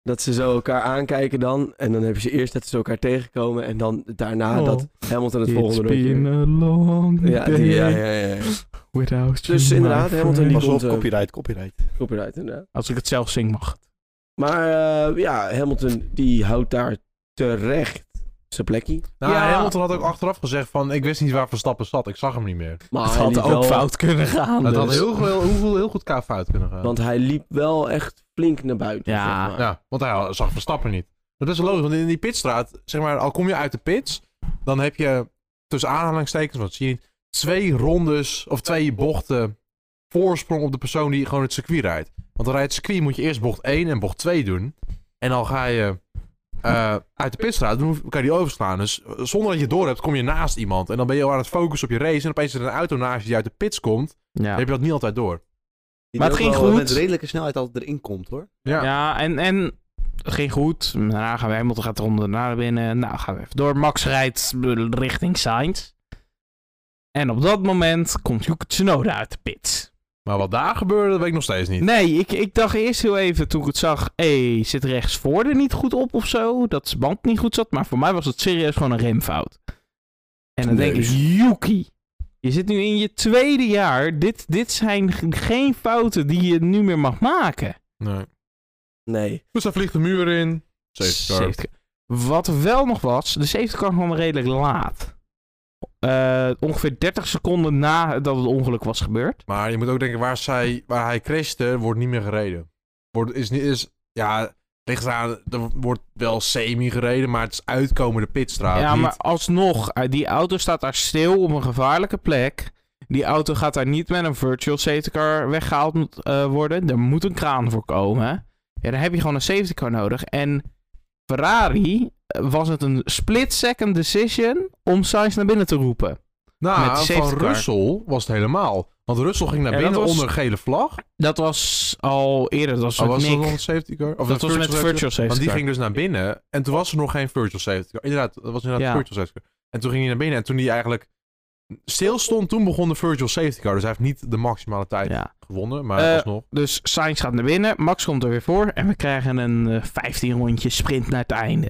Dat ze zo elkaar aankijken dan. En dan heb je ze eerst dat ze elkaar tegenkomen. En dan daarna dat Hamilton het volgende It's been rondje. a long Ja, day ja. without Dus you, inderdaad, my Hamilton friend. die Pas op, komt... copyright. Copyright, inderdaad. Als ik het zelf zing mag. Maar Hamilton die houdt daar terecht zijn plekje. Nou, Ja. Hamilton had ook achteraf gezegd van... Ik wist niet waar Verstappen zat. Ik zag hem niet meer. Maar Het hij had liep ook wel- fout kunnen gaan. Het had dus. heel goed fout kunnen gaan. Want hij liep wel echt flink naar buiten. Ja. zeg maar. Ja, want hij zag Verstappen niet. Dat is logisch, want in die pitstraat, zeg maar, al kom je uit de pits, dan heb je tussen aanhalingstekens, wat zie je niet, 2 rondes of 2 bochten voorsprong op de persoon die gewoon het circuit rijdt. Want dan rijdt het circuit, moet je eerst bocht 1 en bocht 2 doen. En dan ga je uit de pitstraat, dan kan je die overslaan. Dus zonder dat je het door hebt, kom je naast iemand. En dan ben je al aan het focussen op je race. En opeens is er een auto naast je die uit de pits komt. Dan Ja. heb je dat niet altijd door. Maar het ging goed. Met redelijke snelheid altijd erin komt, hoor. Ja, en het ging goed. Daarna gaan we Hamilton gaat de ronde naar binnen. Nou, gaan we even door. Max rijdt richting Sainz. En op dat moment komt Yuki Tsunoda uit de pit. Maar wat daar gebeurde, dat weet ik nog steeds niet. Nee, ik dacht eerst heel even toen ik het zag... zit rechts voor er niet goed op of zo? Dat zijn band niet goed zat. Maar voor mij was het serieus gewoon een remfout. En dan denk ik, Yuki... Je zit nu in je 2e jaar. Dit zijn geen fouten die je nu meer mag maken. Nee. Dus hij vliegt de muur in. Safety car. Safety car. Wat wel nog was, de safety car kwam redelijk laat. Ongeveer 30 seconden nadat het ongeluk was gebeurd. Maar je moet ook denken, waar hij crashte, wordt niet meer gereden. Ligt eraan, er wordt wel semi gereden, maar het is uitkomende pitstraat. Ja, niet. maar alsnog, die auto staat daar stil op een gevaarlijke plek. Die auto gaat daar niet met een virtual safety car weggehaald worden. Er moet een kraan voor komen. Ja, dan heb je gewoon een safety car nodig. En Ferrari was het een split-second decision om Sainz naar binnen te roepen. Met Nou, die safety van car. Russell was het helemaal. Want Russell ging naar Ja, binnen dat was- onder een gele vlag. Dat was al eerder, dat was Oh, met was dat Nick. dan een safety car? Of Dat was met virtual car? safety Want die car. ging dus naar binnen en toen was er nog geen virtual safety car. Inderdaad, dat was inderdaad Ja. virtual safety car. En toen ging hij naar binnen en toen hij eigenlijk stil stond, toen begon de virtual safety car. Dus hij heeft niet de maximale tijd Ja. gewonnen, maar alsnog. Dus Sainz gaat naar binnen, Max komt er weer voor en we krijgen een 15 rondjes sprint naar het einde.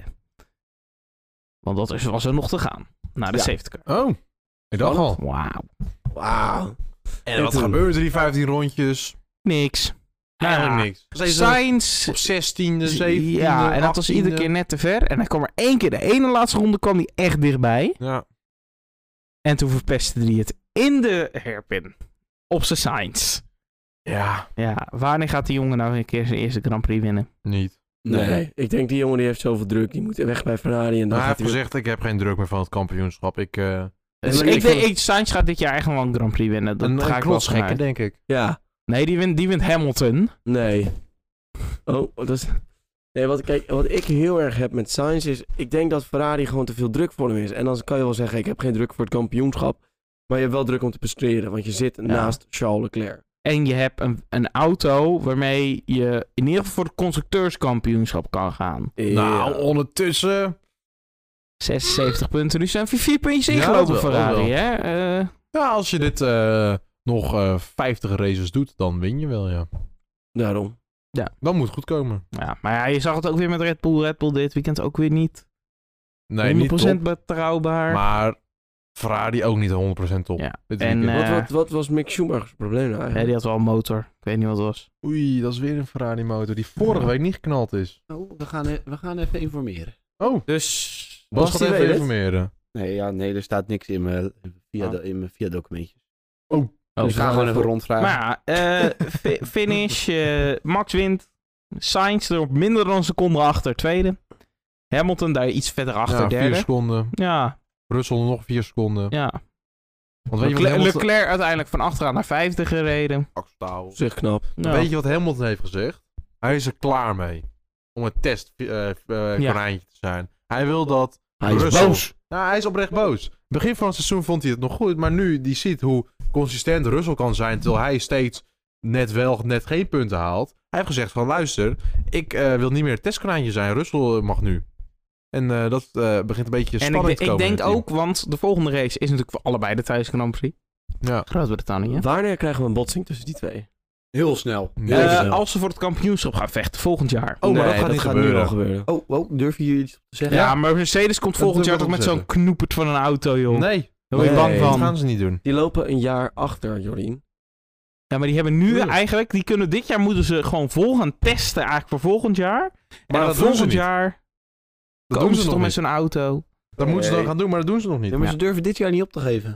Want dat was er nog te gaan, naar de Ja. safety car. Oh, ik dacht al. Wauw. En wat toen? gebeurde die 15 rondjes? Niks. Eigenlijk Ja, niks. Steeds Sainz... op 16e, 17e, Ja, en dat was 18e. iedere keer net te ver. En hij kwam er 1 keer, de ene laatste ronde kwam hij echt dichtbij. Ja. En toen verpestte hij het in de hairpin. Op zijn Sainz. Ja, Ja, wanneer gaat die jongen nou een keer zijn eerste Grand Prix winnen? niet. Nee. Ik denk die jongen die heeft zoveel druk. Die moet weg bij Ferrari. En dan Maar hij gaat heeft hij weer... gezegd, ik heb geen druk meer van het kampioenschap. Dus maar ik ik denk, vind- Sainz gaat dit jaar echt wel een Grand Prix winnen. Dat een ga ik wel knotsgekke, vanuit. denk ik. Ja. Nee, die wint Hamilton. Nee. Oh, dat is... Nee, wat ik heel erg heb met Sainz is... Ik denk dat Ferrari gewoon te veel druk voor hem is. En dan kan je wel zeggen, ik heb geen druk voor het kampioenschap. Maar je hebt wel druk om te presteren. Want je zit naast Charles Leclerc. En je hebt een auto waarmee je in ieder geval voor het constructeurskampioenschap kan gaan. Nou, ondertussen... 76 punten. Nu zijn we 4 puntjes Ja, ingelopen, dat wel, Ferrari. dat wel. Hè? Ja, als je dit nog 50 races doet, dan win je wel, ja. Daarom. Dan moet het goed komen. Ja, maar ja, je zag het ook weer met Red Bull. Red Bull dit weekend ook weer niet 100% Nee, niet top. betrouwbaar. Maar Ferrari ook niet 100% top. Ja. Dit En, weekend. Wat was Mick Schumacher's probleem nou Ja, eigenlijk? die had wel een motor. Ik weet niet wat het was. Oei, dat is weer een Ferrari motor die vorige week niet geknald is. Oh, we gaan even informeren. Oh, Dus... Bas die gaat even weet het? informeren. Nee, er staat niks in mijn via documentjes. Oh. Dus we gaan gewoon even rondvragen. Maar ja, finish. Max wint. Sainz er op minder dan een seconde achter, tweede. Hamilton daar iets verder achter, Ja, 4 derde. seconden. Ja, Russell nog 4 seconden. ja. Want weet je wat Hamilton... Leclerc uiteindelijk van achteraan naar vijfde gereden. Acceptabel. Zeg knap. Ja. Weet je wat Hamilton heeft gezegd? Hij is er klaar mee. Om een testkonijntje te zijn. Hij wil dat Hij is Russell... boos. Nou, hij is oprecht boos. Begin van het seizoen vond hij het nog goed. Maar nu die ziet hoe consistent Russell kan zijn. Terwijl hij steeds net geen punten haalt. Hij heeft gezegd van luister. Ik wil niet meer het testkonijntje zijn. Russell mag nu. En dat begint een beetje En spannend te ik komen in denk het team. ook, want de volgende race is natuurlijk voor allebei de thuis Grand Prix. Ja. Groot-Brittannië. Wanneer krijgen we een botsing tussen die twee? Heel snel. Als ze voor het kampioenschap gaan vechten volgend jaar. Oh, maar dat gaat niet nu gebeuren. al gebeuren. Durf je iets te zeggen? Ja, maar Mercedes komt volgend jaar toch met zo'n knoepert van een auto, joh. Nee, Daar word je bang dat van. gaan ze niet doen. Die lopen een jaar achter, Jorien. Ja, maar die hebben nu Tuurlijk. eigenlijk... Die kunnen dit jaar moeten ze gewoon vol gaan testen eigenlijk voor volgend jaar. En Maar dan dat doen ze volgend niet. jaar Dat komen doen ze ze toch nog met niet. zo'n auto. Dat moeten ze dan gaan doen, maar dat doen ze nog niet. Ja, maar ze durven dit jaar niet op te geven.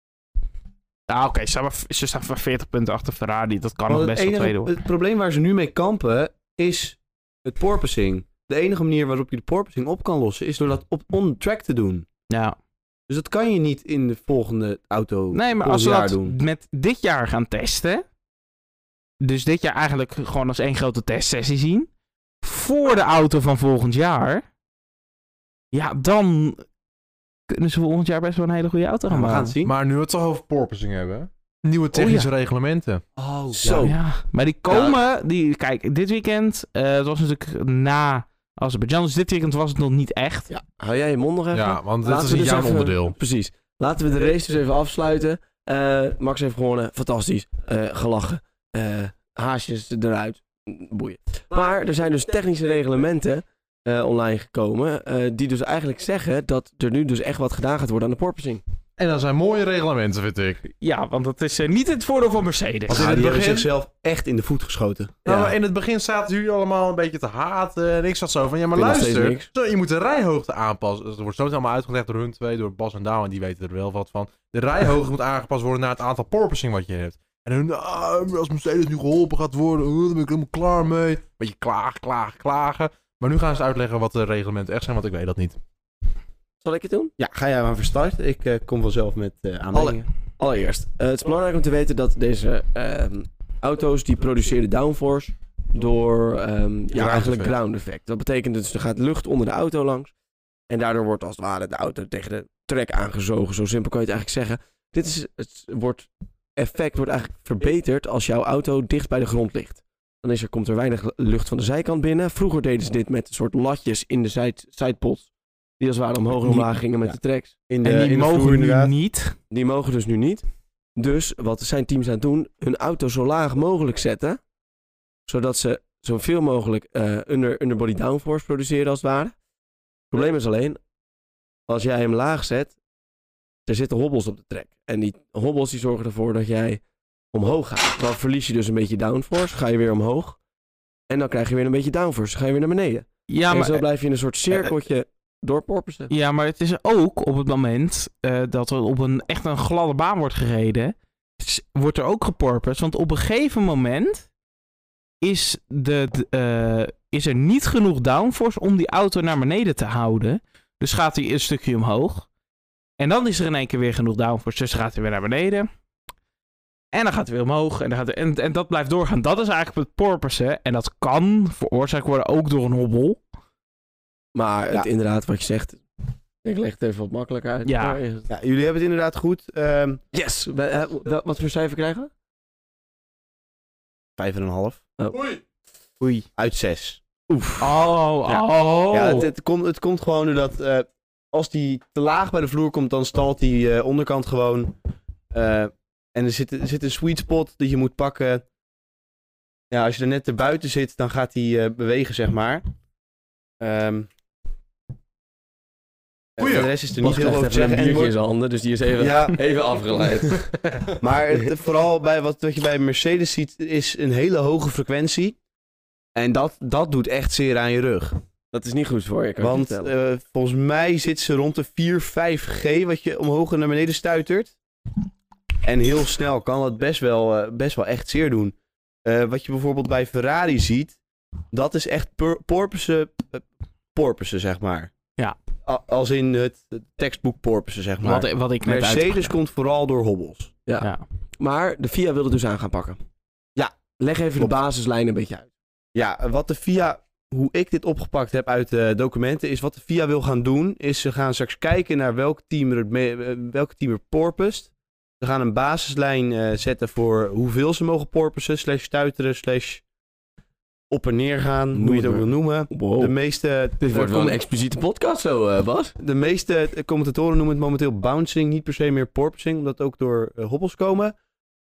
Ja, oké, ze staan maar 40 punten achter Ferrari. Dat kan Want nog het, best wel tweede enige, worden. het probleem waar ze nu mee kampen is het porpoising. De enige manier waarop je de porpoising op kan lossen is door dat op on-track te doen. Ja. Dus dat kan je niet in de volgende auto Nee, maar als ze volgend dat jaar doen. met dit jaar gaan testen... Dus dit jaar eigenlijk gewoon als één grote testsessie zien... Voor de auto van volgend jaar... Ja, dan kunnen ze volgend jaar best wel een hele goede auto gaan we gaan maken. het zien. Maar nu we het toch over porpoising hebben. Nieuwe technische reglementen. Oh, Zo. Ja, maar die komen... Kijk, dit weekend... het was natuurlijk na Azerbeidzjan. Dus dit weekend was het nog niet echt. Ja, hou jij je mond nog even? Ja, want dit Laten is we niet dus jouw even- onderdeel. Precies. Laten we de race dus even afsluiten. Max heeft gewonnen. Fantastisch. Gelachen. Haasjes eruit. Boeien. Maar er zijn dus technische reglementen online gekomen. Die dus eigenlijk zeggen dat er nu dus echt wat gedaan gaat worden aan de porpoising. En dat zijn mooie reglementen, vind ik. Ja, want dat is niet het voordeel van Mercedes. Als Ja, in die het hebben begin- zichzelf echt in de voet geschoten. Nou, Ja. maar in het begin zaten jullie allemaal een beetje te haten. En ik zat zo van, ja, maar Ik vind nog luister. steeds Zo, je moet de rijhoogte aanpassen. Dus er wordt zo allemaal uitgelegd door hun twee, door Bas en Douw. En die weten er wel wat van. De rijhoogte moet aangepast worden naar het aantal porpoising wat je hebt. En hun, als Mercedes nu geholpen gaat worden, dan ben ik helemaal klaar mee. Beetje klagen. Maar nu gaan ze uitleggen wat de reglementen echt zijn, want ik weet dat niet. Zal ik het doen? Ja, ga jij maar van start. Ik kom vanzelf met aanmerkingen. Allereerst. Het is belangrijk om te weten dat deze auto's die produceren downforce door eigenlijk ground effect. Dat betekent dus er gaat lucht onder de auto langs. En daardoor wordt als het ware de auto tegen de trek aangezogen. Zo simpel kan je het eigenlijk zeggen. Effect wordt eigenlijk verbeterd als jouw auto dicht bij de grond ligt. Dan komt er weinig lucht van de zijkant binnen. Vroeger deden ze dit met een soort latjes in de sidepods. Die als het ware omhoog en omlaag gingen met Ja. de tracks. In En die in de mogen vloer nu inderdaad. niet. Die mogen dus nu niet. Dus wat zijn teams aan het doen? Hun auto zo laag mogelijk zetten. Zodat ze zoveel mogelijk underbody downforce produceren als het ware. Het probleem is alleen, als jij hem laag zet, er zitten hobbels op de track. En die hobbels die zorgen ervoor dat jij omhoog gaat. Dan verlies je dus een beetje downforce, ga je weer omhoog. En dan krijg je weer een beetje downforce, ga je weer naar beneden. Ja, en zo maar, blijf je in een soort cirkeltje doorporpoisen. ja, maar het is ook op het moment dat er op een echt een gladde baan wordt gereden, wordt er ook geporpoised. Want op een gegeven moment is er niet genoeg downforce om die auto naar beneden te houden. Dus gaat hij een stukje omhoog. En dan is er in één keer weer genoeg downforce, dus gaat hij weer naar beneden. En dan gaat hij weer omhoog. En dat blijft doorgaan. Dat is eigenlijk het porpoisen. En dat kan veroorzaakt worden ook door een hobbel. Maar Ja. inderdaad, wat je zegt, ik leg het even wat makkelijker uit. Ja. Maar Ja, jullie hebben het inderdaad goed. yes! Wat voor cijfer krijgen we? 5,5 Oei. uit 6. Oef. Oh. Ja, het komt gewoon doordat als die te laag bij de vloer komt, dan stalt die onderkant gewoon. En er zit een sweet spot die je moet pakken. Ja, als je er net erbuiten zit, dan gaat die bewegen, zeg maar. Voor de rest is er niet Bas heel krijgt veel te even een zeggen. En biertje in wordt- zijn handen, dus die is even, Ja. even afgeleid. Maar vooral bij wat je bij Mercedes ziet, is een hele hoge frequentie. En dat doet echt zeer aan je rug. Dat is niet goed voor je, kan ik je Want vertellen. volgens mij zit ze rond de 4-5G, wat je omhoog en naar beneden stuitert. En heel snel kan dat best wel echt zeer doen. Wat je bijvoorbeeld bij Ferrari ziet, dat is echt porpoisen, zeg maar. Ja. Als in het tekstboek porpoisen, zeg maar. Wat ik net Mercedes uitgelegd. komt vooral door hobbels. Ja. Maar de FIA wilde dus aan gaan pakken. Ja. Leg even Klopt. de basislijn een beetje uit. Ja, wat de FIA, hoe ik dit opgepakt heb uit de documenten, is wat de FIA wil gaan doen, is ze gaan straks kijken naar welk team er porpoist. Ze gaan een basislijn zetten voor hoeveel ze mogen porpoisen, / stuiteren, / op en neer gaan, hoe je het ook wil noemen. Wow. De meeste, Dit wordt wel een expliciete podcast zo, Bas. de meeste commentatoren noemen het momenteel bouncing, niet per se meer porpoising, omdat het ook door hobbels komen.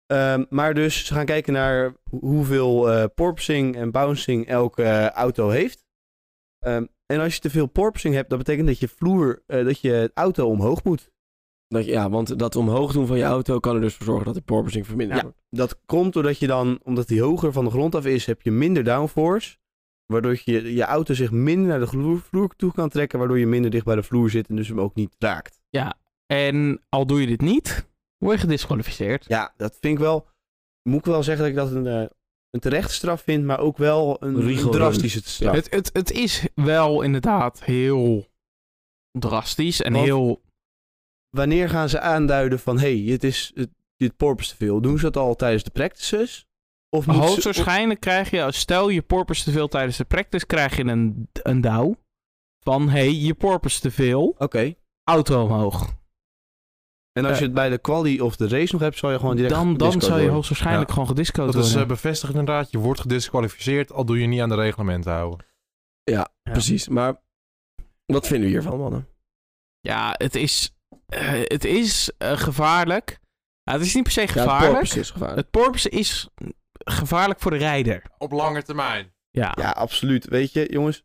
Maar dus ze gaan kijken naar hoeveel porpoising en bouncing elke auto heeft. En als je te veel porpoising hebt, dat betekent dat je auto omhoog moet. Want dat omhoog doen van je auto kan er dus voor zorgen dat de porpoising verminderd wordt. Dat komt doordat je dan, omdat die hoger van de grond af is, heb je minder downforce. Waardoor je auto zich minder naar de vloer toe kan trekken, waardoor je minder dicht bij de vloer zit en dus hem ook niet raakt. Ja, en al doe je dit niet, word je gedisqualificeerd. Ja, dat vind ik wel, moet ik wel zeggen dat ik dat een terechte straf vind, maar ook wel een drastische straf. Het is wel inderdaad heel drastisch en heel... Wanneer gaan ze aanduiden van, dit porpoise te veel? Doen ze dat al tijdens de practices? Of Hoogstwaarschijnlijk krijg je, stel je porpoise te veel tijdens de practice, krijg je een douw van, je porpoise te veel, auto omhoog. En als je het bij de quali of de race nog hebt, zal je gewoon direct dan zou je hoogstwaarschijnlijk gewoon gediscoed worden. Dat is bevestigd inderdaad, je wordt gedisqualificeerd, al doe je niet aan de reglementen houden. Ja, precies. Maar wat vinden we hiervan, mannen? Ja, het is gevaarlijk. Het is niet per se gevaarlijk. Het porpoise is gevaarlijk. Het porpoise is gevaarlijk voor de rijder. Op lange termijn. Ja, absoluut. Weet je, jongens.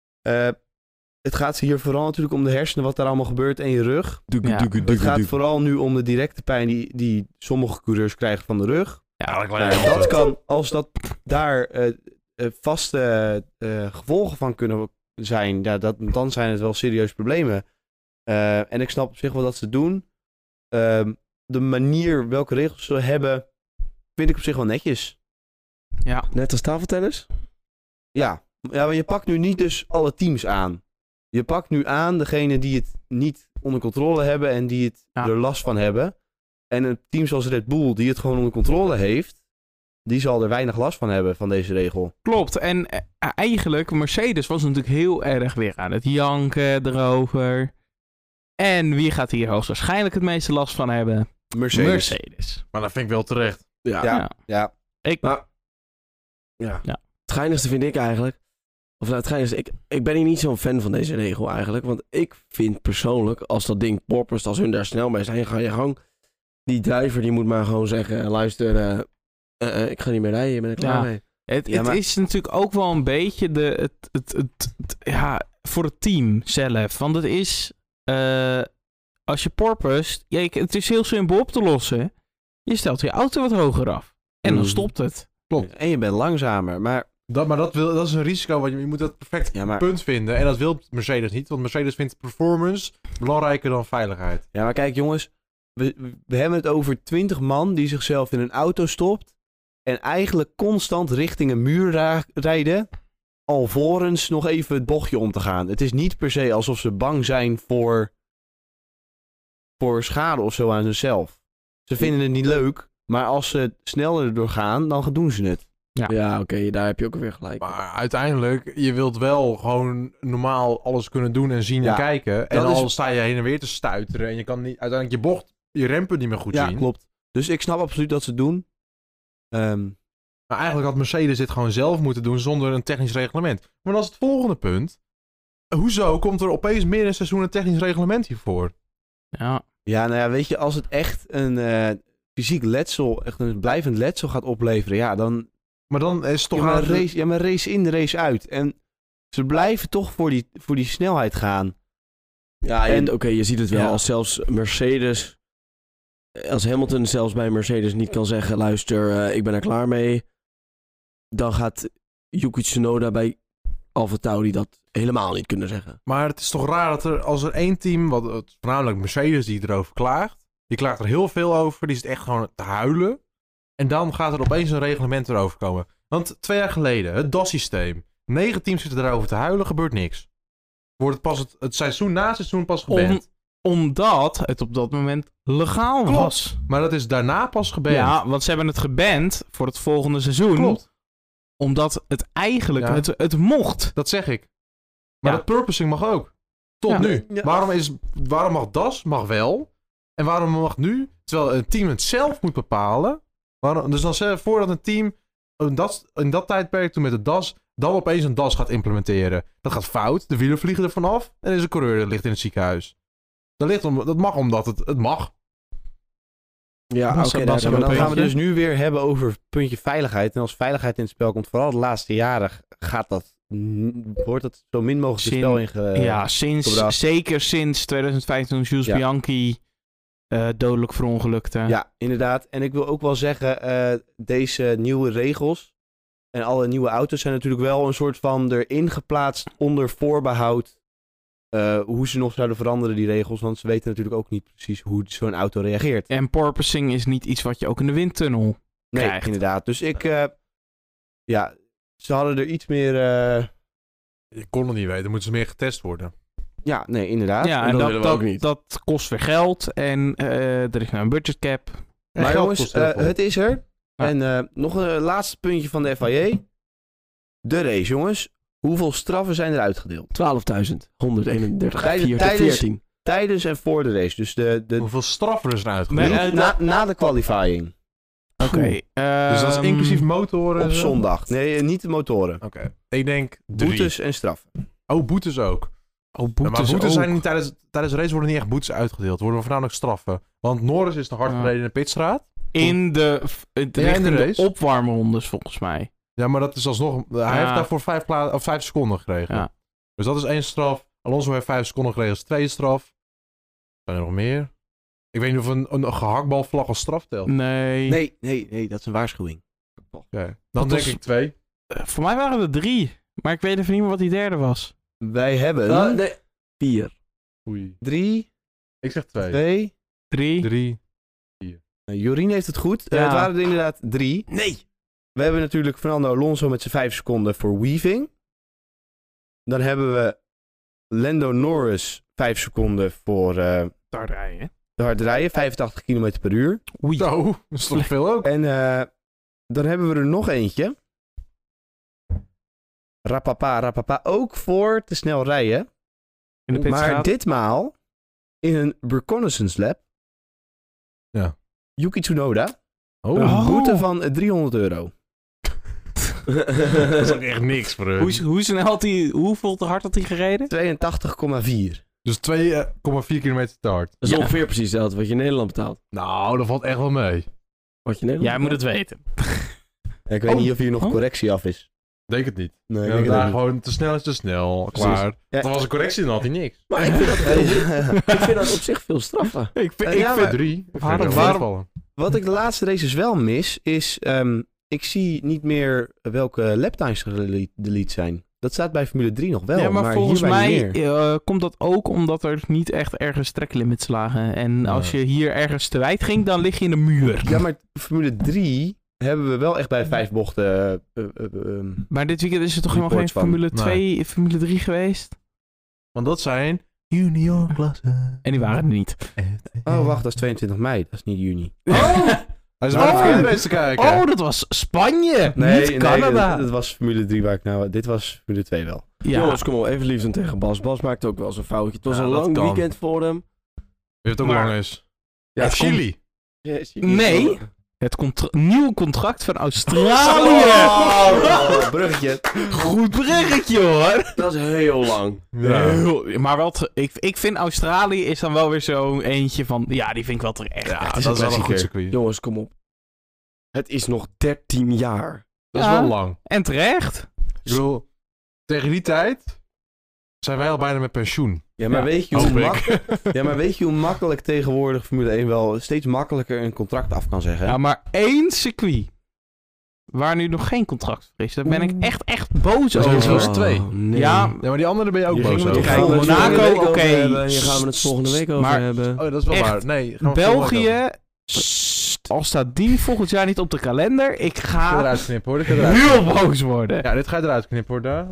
Het gaat hier vooral natuurlijk om de hersenen, wat daar allemaal gebeurt en je rug. Het gaat vooral nu om de directe pijn die sommige coureurs krijgen van de rug. Ja, dat kan, als dat daar vaste gevolgen van kunnen zijn, dan zijn het wel serieuze problemen. En ik snap op zich wel dat ze het doen. De manier welke regels ze hebben, vind ik op zich wel netjes. Ja. Net als tafeltennis? Ja, maar je pakt nu niet dus alle teams aan. Je pakt nu aan degene die het niet onder controle hebben en die het er last van hebben. En een team zoals Red Bull, die het gewoon onder controle heeft, die zal er weinig last van hebben van deze regel. Klopt. En eigenlijk, Mercedes was natuurlijk heel erg weer aan het janken erover. En wie gaat hier hoogstwaarschijnlijk het meeste last van hebben? Mercedes. Maar dat vind ik wel terecht. Ja. Het geinigste vind ik eigenlijk... ik ben hier niet zo'n fan van deze regel eigenlijk. Want ik vind persoonlijk, als dat ding porpoist, als hun daar snel mee zijn, ga je gang. Die driver die moet maar gewoon zeggen, luister, ik ga niet meer rijden, je bent er klaar mee. Het is natuurlijk ook wel een beetje voor het team zelf. Want het is, als je porpoist, het is heel simpel op te lossen. Je stelt je auto wat hoger af. En dan stopt het. Klopt. En je bent langzamer, maar... Dat is een risico, want je moet dat perfect punt vinden. En dat wil Mercedes niet, want Mercedes vindt performance belangrijker dan veiligheid. Ja, maar kijk jongens, we hebben het over 20 man die zichzelf in een auto stopt en eigenlijk constant richting een muur rijden, alvorens nog even het bochtje om te gaan. Het is niet per se alsof ze bang zijn voor schade of zo aan zichzelf. Ze vinden het niet leuk, maar als ze sneller erdoor gaan, dan doen ze het. Ja, oké, daar heb je ook weer gelijk. Maar uiteindelijk, je wilt wel gewoon normaal alles kunnen doen en zien en kijken. En al sta je heen en weer te stuiteren en je kan niet, uiteindelijk je rempen niet meer goed zien. Ja, klopt. Dus ik snap absoluut dat ze het doen. Maar eigenlijk had Mercedes dit gewoon zelf moeten doen zonder een technisch reglement. Maar dat is het volgende punt. Hoezo komt er opeens meer in een seizoen een technisch reglement hiervoor? Ja, nou ja, weet je, als het echt een fysiek letsel, echt een blijvend letsel gaat opleveren, dan... Maar dan is het toch... maar race in, race uit. En ze blijven toch voor die snelheid gaan. Ja, je ziet het wel. Als zelfs Mercedes... Als Hamilton zelfs bij Mercedes niet kan zeggen, luister, ik ben er klaar mee. Dan gaat Yuki Tsunoda bij AlphaTauri dat helemaal niet kunnen zeggen. Maar het is toch raar dat als er één team, voornamelijk Mercedes, die erover klaagt. Die klaagt er heel veel over. Die zit echt gewoon te huilen. En dan gaat er opeens een reglement erover komen. Want 2 jaar geleden, het DAS-systeem. 9 teams zitten erover te huilen, gebeurt niks. Wordt het pas het seizoen na het seizoen pas geband. Omdat het op dat moment legaal was. Maar dat is daarna pas geband. Ja, want ze hebben het geband voor het volgende seizoen. Klopt. Omdat het eigenlijk, het mocht. Dat zeg ik. Maar dat purposing mag ook. Tot nu. Ja. Waarom mag DAS? Mag wel. En waarom mag nu? Terwijl een team het zelf moet bepalen. Dus dan stel je voor dat een team in dat tijdperk toen met de DAS dan opeens een DAS gaat implementeren. Dat gaat fout, de wielen vliegen er vanaf en is een coureur ligt in het ziekenhuis. Dat mag omdat het mag. Ja, Massa- oké. Massa- Maar dan gaan we puntje. dus nu weer hebben over het puntje veiligheid. En als veiligheid in het spel komt, vooral de laatste jaren, wordt dat zo min mogelijk het spel gebracht. Zeker sinds 2015 toen Jules Ja. Bianchi dodelijk verongelukte. Ja, inderdaad. En ik wil ook wel zeggen, deze nieuwe regels en alle nieuwe auto's zijn natuurlijk wel een soort van erin geplaatst onder voorbehoud hoe ze nog zouden veranderen, die regels. Want ze weten natuurlijk ook niet precies hoe zo'n auto reageert. En porpoising is niet iets wat je ook in de windtunnel Nee, krijgt. inderdaad. Dus ze hadden er iets meer... Je kon het niet weten, moeten ze meer getest worden. ja, nee, inderdaad. Ja, en en dat willen we ook dat, niet. dat kost weer geld. En er is nou een budgetcap. Maar Geld jongens, kost heel veel. het is er. Ja. En nog een laatste puntje van de FIA. De race, jongens. Hoeveel straffen zijn er uitgedeeld? 12.131, Tijdens- 14. Tijdens en voor de race. Dus Hoeveel straffen er zijn Nee, uitgedeeld? na de qualifying. Oké. Dus dat is inclusief motoren? Op en zo? zondag. Nee, niet de motoren. Oké. Ik denk 3. Boetes en straffen. Oh, boetes ook. Oh, Ja, boetes, maar boetes ook. zijn niet tijdens de race worden niet echt boetes uitgedeeld. Worden voornamelijk straffen. Want Norris is te hard Ja. gereden in de pitstraat. in de in de race? opwarmrondes volgens mij. Ja, maar dat is alsnog... Hij heeft daarvoor 5 seconden gekregen. Ja. Dus dat is 1 straf. Alonso heeft 5 seconden gekregen, dat is 2 straf. Zijn er nog meer? Ik weet niet of een gehaktbalvlag als straf telt. Nee. Nee, dat is een waarschuwing. Oké. Dan Dat denk was- ik 2. Voor mij waren er 3. Maar ik weet even niet meer wat die derde was. Wij hebben nee. 4. Oei. 3, Ik zeg 2. 2. 3. 3. Jorien heeft het goed. Ja. Het waren er inderdaad 3. Nee. We hebben natuurlijk Fernando Alonso met zijn 5 seconden voor weaving. Dan hebben we Lando Norris 5 seconden voor Daar rijden. de hard rijden. 85 km per uur. Oei. Zo, dat is toch veel ook? En dan hebben we er nog eentje. Rapapa. Ook voor te snel rijden. In de Maar pitstraat. ditmaal in een reconnaissance lap. Ja. Yuki Tsunoda. Oh, Een boete van €300. dat is ook echt niks voor hun. Hoe snel had hij... Hoeveel te hard had hij gereden? 82,4. Dus 2,4 kilometer te hard. Dat is Ja. ongeveer precies hetzelfde wat je in Nederland betaalt. Nou, dat valt echt wel mee. Wat je in Nederland Jij moet betaalt. het weten. Ik weet niet of hier nog Oh. correctie af is. Denk het niet. Nee, Ja, ik denk daar het ook niet. gewoon te snel is te snel. Precies. Klaar. Ja. Dat was een correctie, dan had hij niks. Maar ik vind dat, ik vind dat op zich veel straffen. Ik vind... Ja, maar- 3. Waarom- Wat ik de laatste races wel mis, is... ik zie niet meer welke laptimes delete zijn. Dat staat bij Formule 3 nog wel, ja, maar volgens hierbij mij niet meer. komt dat ook omdat er niet echt ergens treklimits lagen. En als je hier ergens te wijd ging, dan lig je in de muur. Ja, maar Formule 3 hebben we wel echt bij 5 bochten... Maar dit weekend is er toch helemaal geen Reports van. Formule 2, Formule 3 geweest? Want dat zijn junior klassen. En die waren er niet. Oh, wacht, dat is 22 mei. Dat is niet juni. Hij is Oh. naar de verkeerde race te kijken. Oh, dat was Spanje, niet Canada. dat was Formule 3 waar ik nou... Dit was Formule 2 wel. Ja, Jongens, kom op, even lief doen tegen Bas. Bas maakt ook wel zo'n foutje. Het was Ja, een dat lang kan. weekend voor hem. Wie het ook Maar- lang is. Ja, Ja, Chili. Nee. het nieuwe contract van Australië. Oh, bruggetje. Goed bruggetje hoor. Dat is heel lang. Maar wat, ik vind Australië is dan wel weer zo eentje van... Ja, die vind ik wel terecht. Ja, het dat is is een wel een goed klassieker. circuit. Jongens, kom op. Het is nog 13 jaar. Dat is Ja. wel lang. En terecht. Ik bedoel, tegen die tijd zijn wij al bijna met pensioen. Ja, maar, Ja, weet je hoop hoe ik. ja, maar weet je hoe makkelijk tegenwoordig Formule 1 wel steeds makkelijker een contract af kan zeggen? Ja, maar één circuit waar nu nog geen contract voor is. Daar ben ik echt boos Er zijn over. zelfs 2. Nee. Ja, Ja, maar die andere ben je ook Hier boos gingen we over. toch Kijk, volgende Monaco, week over oké. hebben. Hier gaan we het volgende week over Maar- hebben. Oh, dat is wel Echt. waar. Nee, gaan we volgende week over. België, al staat die volgend jaar niet op de kalender, ik Dit ga je ga eruit knippen hoor. Dit ga je eruit heel knippen. boos worden. Ja, dit ga je eruit knippen hoor. Daar.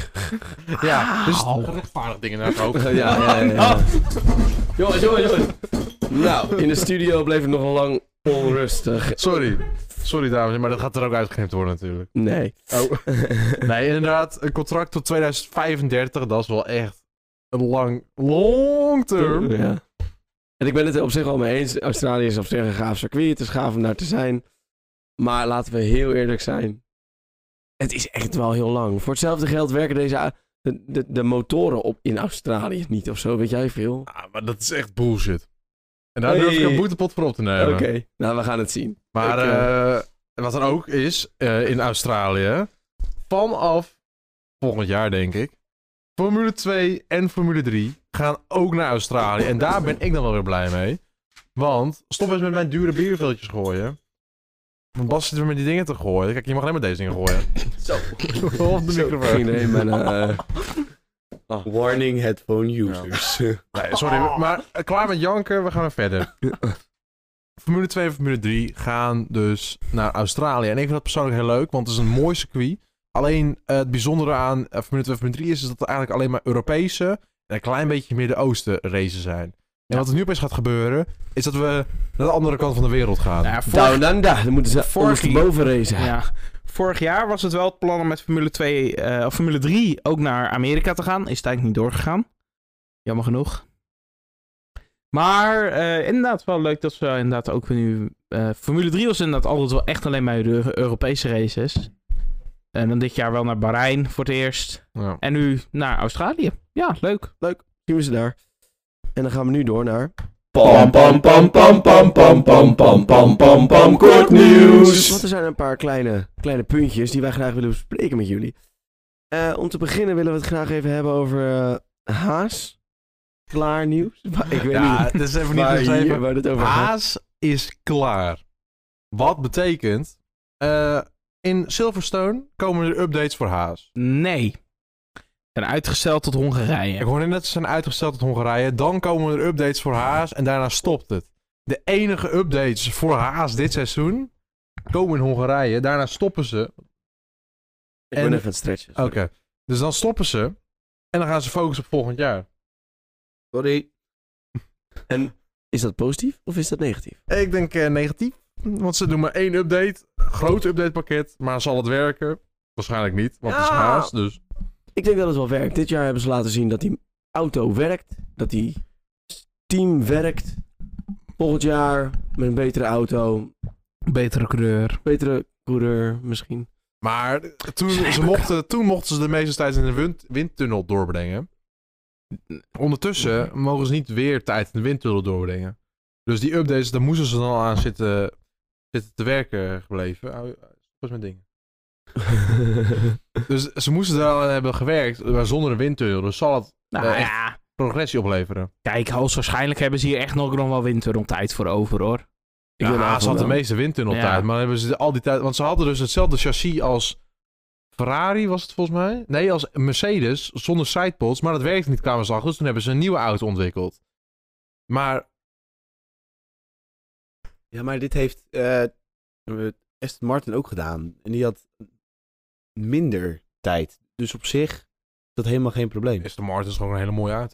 Ja, dus rechtvaardig dingen naar het hoofd. Ja. Jongens. Nou, in de studio bleef het nog lang onrustig. Sorry dames, maar dat gaat er ook uitgeknipt worden natuurlijk. Nee. Oh. Nee, inderdaad, een contract tot 2035, dat is wel echt een long term. Ja. En ik ben het er op zich wel mee eens. Australië is op zich een gaaf circuit. Het is gaaf om daar te zijn. Maar laten we heel eerlijk zijn. Het is echt wel heel lang. Voor hetzelfde geld werken deze de motoren op in Australië niet of zo. Weet jij veel? Ja, maar dat is echt bullshit. En daar durf ik een boetepot voor op te nemen. Oké, nou we gaan het zien. Maar wat er ook is, in Australië, vanaf volgend jaar denk ik, Formule 2 en Formule 3 gaan ook naar Australië. En daar ben ik dan wel weer blij mee. Want, stop eens met mijn dure bierveeltjes gooien. Want Bas zit weer met die dingen te gooien. Kijk, je mag alleen maar deze dingen gooien. Zo. Op de microfoon. Ging er een bijna... Warning headphone users. Nee, sorry, maar klaar met janken, we gaan weer verder. Formule 2 en Formule 3 gaan dus naar Australië. En ik vind dat persoonlijk heel leuk, want het is een mooi circuit. Alleen het bijzondere aan Formule 2 en Formule 3 is dat er eigenlijk alleen maar Europese en een klein beetje Midden-Oosten races zijn. En wat er nu opeens gaat gebeuren, is dat we naar de andere kant van de wereld gaan. Ja, Down under. Dan moeten ze ondersteboven racen. Ja. Vorig jaar was het wel het plan om met Formule 2 of Formule 3 ook naar Amerika te gaan. Is het eigenlijk niet doorgegaan. Jammer genoeg. Maar inderdaad wel leuk dat ze inderdaad ook nu... Formule 3 was inderdaad altijd wel echt alleen maar de Europese races. En dan dit jaar wel naar Bahrein voor het eerst. Ja. En nu naar Australië. Ja, leuk. Zien we ze daar. En dan gaan we nu door naar... Pam pam pam pam pam pam pam pam pam pam pam kort nieuws. Want er zijn een paar kleine puntjes die wij graag willen bespreken met jullie. Om te beginnen willen we het graag even hebben over Haas. Klaar nieuws. Ik weet Ja, niet het is even waar, niet waar het over gaat. Haas is klaar. Wat betekent... in Silverstone komen er updates voor Haas. Nee. En uitgesteld tot Hongarije. Ik hoorde net, ze zijn uitgesteld tot Hongarije. Dan komen er updates voor Haas en daarna stopt het. De enige updates voor Haas dit seizoen komen in Hongarije. Daarna stoppen ze. Ik ben even aan het stretchen. sorry. Oké. Dus dan stoppen ze. En dan gaan ze focussen op volgend jaar. Sorry. En is dat positief of is dat negatief? Ik denk negatief. Want ze doen maar 1 update. Groot updatepakket. Maar zal het werken? Waarschijnlijk niet. Want het is Ja. Haas. Dus Ik denk dat het wel werkt. Dit jaar hebben ze laten zien dat die auto werkt. Dat die team werkt. Volgend jaar met een betere auto. Betere kleur. Betere coureur misschien. Maar toen mochten ze de meeste tijd in de windtunnel doorbrengen. Ondertussen mogen ze niet weer tijd in de windtunnel doorbrengen. Dus die updates, daar moesten ze dan al aan zitten te werken gebleven. Wat met dingen. Dus ze moesten daar al aan hebben gewerkt, maar zonder een windtunnel. Dus zal het Nou echt ja. progressie opleveren. Kijk, hoogstwaarschijnlijk hebben ze hier echt nog wel windtunneltijd voor over, hoor. Ik wil Ja, daarvan ze had de wel. meeste windtunneltijd, Ja. maar dan hebben ze al die tijd... Want ze hadden dus hetzelfde chassis als Ferrari, was het volgens mij? Nee, als Mercedes, zonder sidepods. Maar dat werkte niet, kwamen ze achter. Dus toen hebben ze een nieuwe auto ontwikkeld. Maar Ja, maar dit heeft Aston Martin ook gedaan. En die had minder tijd. Dus op zich is dat helemaal geen probleem. Aston Martin is gewoon een hele mooie auto.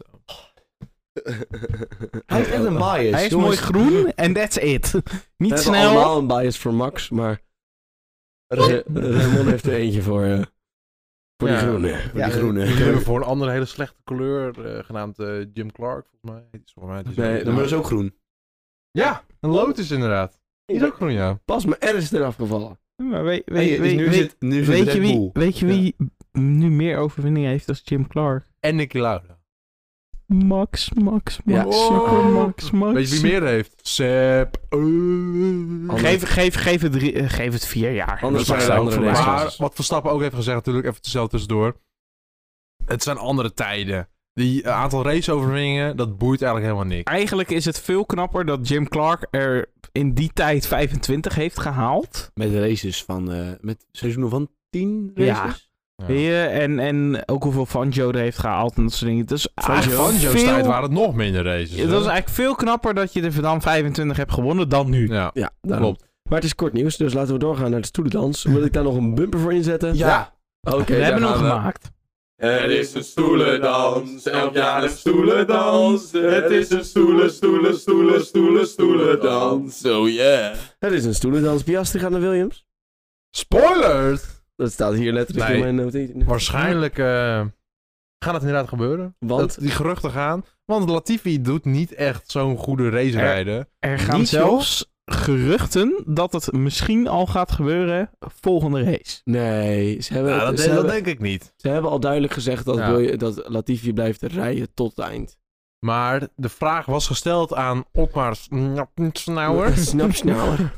Hij heeft echt een bias. Hij is jongens. mooi groen en that's it. We Niet hebben snel. allemaal een bias voor Max, maar Raymond heeft er eentje voor die Ja. groene. Voor die groene. Die hebben voor een andere hele slechte kleur, genaamd Jim Clark, volgens mij. Nee, Maar dat is ook groen. Ja, een Lotus inderdaad. Die is ook groen, ja. Pas mijn R is eraf gevallen. Maar weet Nu is het je Red wie, Bull. weet je wie nu meer overwinningen heeft dan Jim Clark? En Niki Lauda. Max. Ja. Super Max. Weet je wie meer heeft? Sepp. Geef het 4 jaar. Anders Dat zijn er mag andere ook voor mij. races. Maar wat Verstappen ook heeft gezegd, natuurlijk even zelf tussendoor. Het zijn andere tijden. Die aantal raceoverwinningen, dat boeit eigenlijk helemaal niks. Eigenlijk is het veel knapper dat Jim Clark er in die tijd 25 heeft gehaald. Met races van... met seizoenen van 10 Ja. races? Ja. Weet je? En ook hoeveel Fangio er heeft gehaald en dat soort dingen. Dus Van Joe's tijd waren het nog minder races. Het was eigenlijk veel knapper dat je er dan 25 hebt gewonnen dan nu. Ja, Ja, daarom. klopt. Maar het is kort nieuws, dus laten we doorgaan naar de stoelendans. Wil ik daar nog een bumper voor inzetten? Ja. Oké, We hebben daar hem gaan we. gemaakt. Het is een stoelendans, elk jaar een stoelendans. Het is een stoelendans. Oh yeah. Het is een stoelendans. Piastri gaat naar Williams. Spoilers! Dat staat hier letterlijk Nee. in mijn notitie. Waarschijnlijk gaat het inderdaad gebeuren. Want? Dat die geruchten gaan. Want Latifi doet niet echt zo'n goede race rijden. Er gaan Niet, zelfs geruchten dat het misschien al gaat gebeuren volgende race. Nee, ze hebben, Ja, ze, hebben, denk ik niet. ze hebben al duidelijk gezegd dat, Ja. dat Latifi blijft rijden tot het eind. Maar de vraag was gesteld aan Otmar Snauer. Snapsnauwer.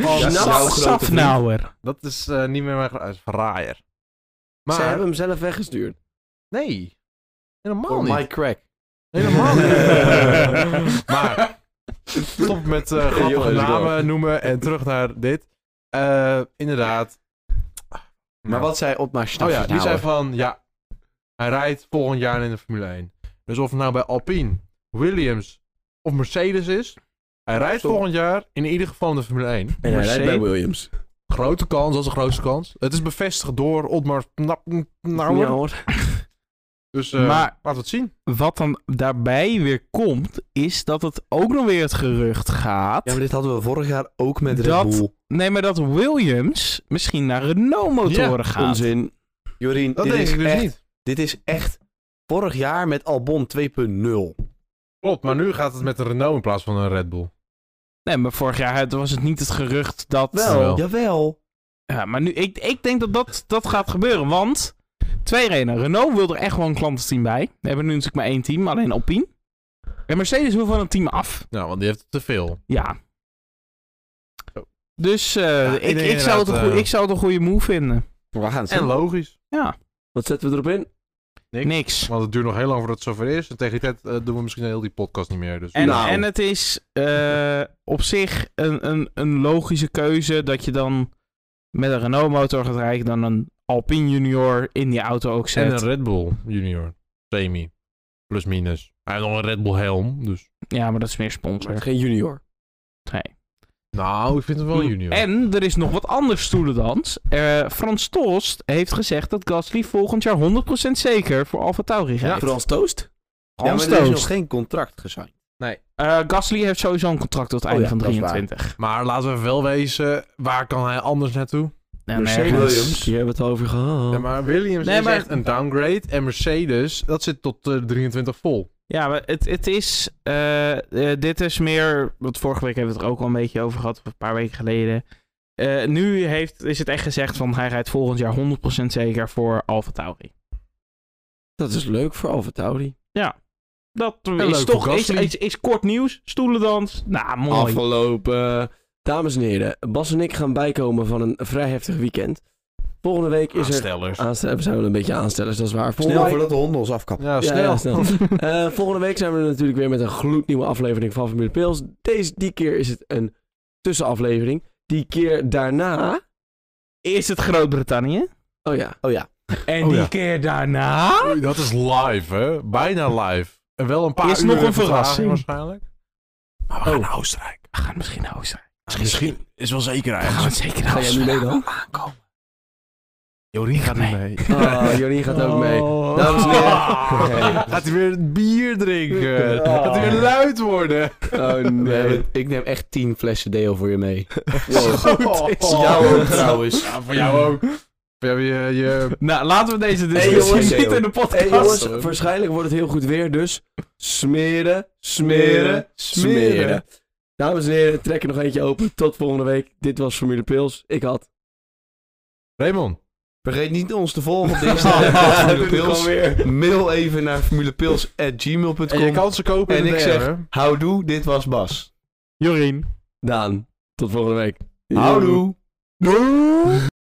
Safnauer. Dat is niet meer mijn verraaier. Ze hebben Maar hem zelf weggestuurd. nee, helemaal Voor niet. Mike Crack. Helemaal niet. Maar stop met grappige Jongens, namen noemen en terug naar dit. Inderdaad. Maar wat zei Otmar Oh Snauer? ja, die zei van, ja, hij rijdt volgend jaar in de Formule 1. Dus of het nou bij Alpine, Williams of Mercedes is, hij rijdt Stop. volgend jaar in ieder geval in de Formule 1. En hij rijdt bij Williams. Grote kans, dat is de grootste kans. Het is bevestigd door Otmar Snauer. Snauwer. Dus Maar- laten we het zien. Wat dan daarbij weer komt, is dat het ook nog weer het gerucht gaat. Ja, maar dit hadden we vorig jaar ook met Red Dat- Bull. Nee, maar dat Williams misschien naar Renault-motoren gaat. Onzin. Jorien, Dat dit denk is ik dus echt, niet. Dit is echt vorig jaar met Albon 2.0. Klopt, maar nu gaat het met een Renault in plaats van een Red Bull. Nee, maar vorig jaar was het niet het gerucht dat... Wel. Jawel. Ja, maar nu, ik denk dat gaat gebeuren, want... 2 redenen. Renault wil er echt wel een klantenteam bij. We hebben nu natuurlijk maar 1 team, alleen Alpine. En Mercedes wil van een team af. Nou, want die heeft te veel. Ja. Zo. Dus ik denk ik zou inderdaad, ik zou het een goede move vinden. We gaan het En zien. logisch. Wat zetten we erop in? Niks. Want het duurt nog heel lang voordat het zover is. En tegen die tijd doen we misschien heel die podcast niet meer. Dus. En, Nou. en het is op zich een logische keuze dat je dan met een Renault motor gaat rijden, dan een Alpine Junior in die auto ook En zet. een Red Bull Junior. Semi. Plus minus. Hij heeft nog een Red Bull helm. Dus. Ja, maar dat is meer Maar sponsor. geen junior. Nee. Nou, ik vind hem wel een junior. En er is nog wat anders stoelendans. Frans Tost heeft gezegd dat Gasly volgend jaar 100% zeker voor AlphaTauri gaat. Frans Toast? Ja, maar Frans er is nog Tost. geen contract gesigned. Gasly heeft sowieso een contract tot het einde ja, van dat is waar. 23. Maar laten we wel wezen, waar kan hij anders naartoe? Ja, Mercedes. nergens. Williams. Hier hebben we het over gehad. Ja, maar Williams Nee, is maar- echt een downgrade. En Mercedes, dat zit tot 23 vol. Ja, maar het is... dit is meer... Want vorige week hebben we het er ook al een beetje over gehad. Of een paar weken geleden. Nu is het echt gezegd van... Hij rijdt volgend jaar 100% zeker voor AlphaTauri. Dat is leuk voor AlphaTauri. Dat leuk is voor toch Gasly. is kort nieuws. Stoelendans. Nou, mooi. Afgelopen. Dames en heren, Bas en ik gaan bijkomen van een vrij heftig weekend. Volgende week is er... Aanstellers. We zijn wel een beetje aanstellers, dat is waar. Snel Volgende voordat de honden ons afkappen. Ja, Ja, snel. ja, snel. Volgende week zijn we er natuurlijk weer met een gloednieuwe aflevering van Formule Pils. Die keer is het een tussenaflevering. Die keer daarna... Is het Groot-Brittannië? Oh ja. Oh ja. En Oh, die ja. keer daarna... Oei, dat is live, hè? Bijna live. En wel een paar Is uur nog een vertraging verrassing. waarschijnlijk. Maar we gaan naar Oostenrijk. We gaan misschien naar Oostenrijk. Misschien is wel zeker We gaan eigenlijk. zeker naar Ga jij nu mee dan? Jorien gaat niet mee. Oh, Jorien gaat ook mee. Oh. Dames en heren. Gaat hij weer bier drinken? Gaat hij weer luid worden? Oh nee. Ik neem echt 10 flessen deo voor je mee. Jou ook trouwens. Ja, voor jou ook. Voor jou je... Nou, laten we deze Hey, discussie jongens. niet in de podcast. Hey jongens, waarschijnlijk wordt het heel goed weer, dus smeren, smeren, smeren. Dames en heren, trek er nog eentje open. Tot volgende week. Dit was Formule Pils. Ik had... Raymond. Vergeet niet ons te volgen op de Ja, Instagram. doe het gewoon weer. Mail even naar formulepils@gmail.com. En je kan ze kopen En in de ik DM, zeg, hè? houdoe, dit was Bas. Jorien. Daan, tot volgende week. Houdoe. Doei.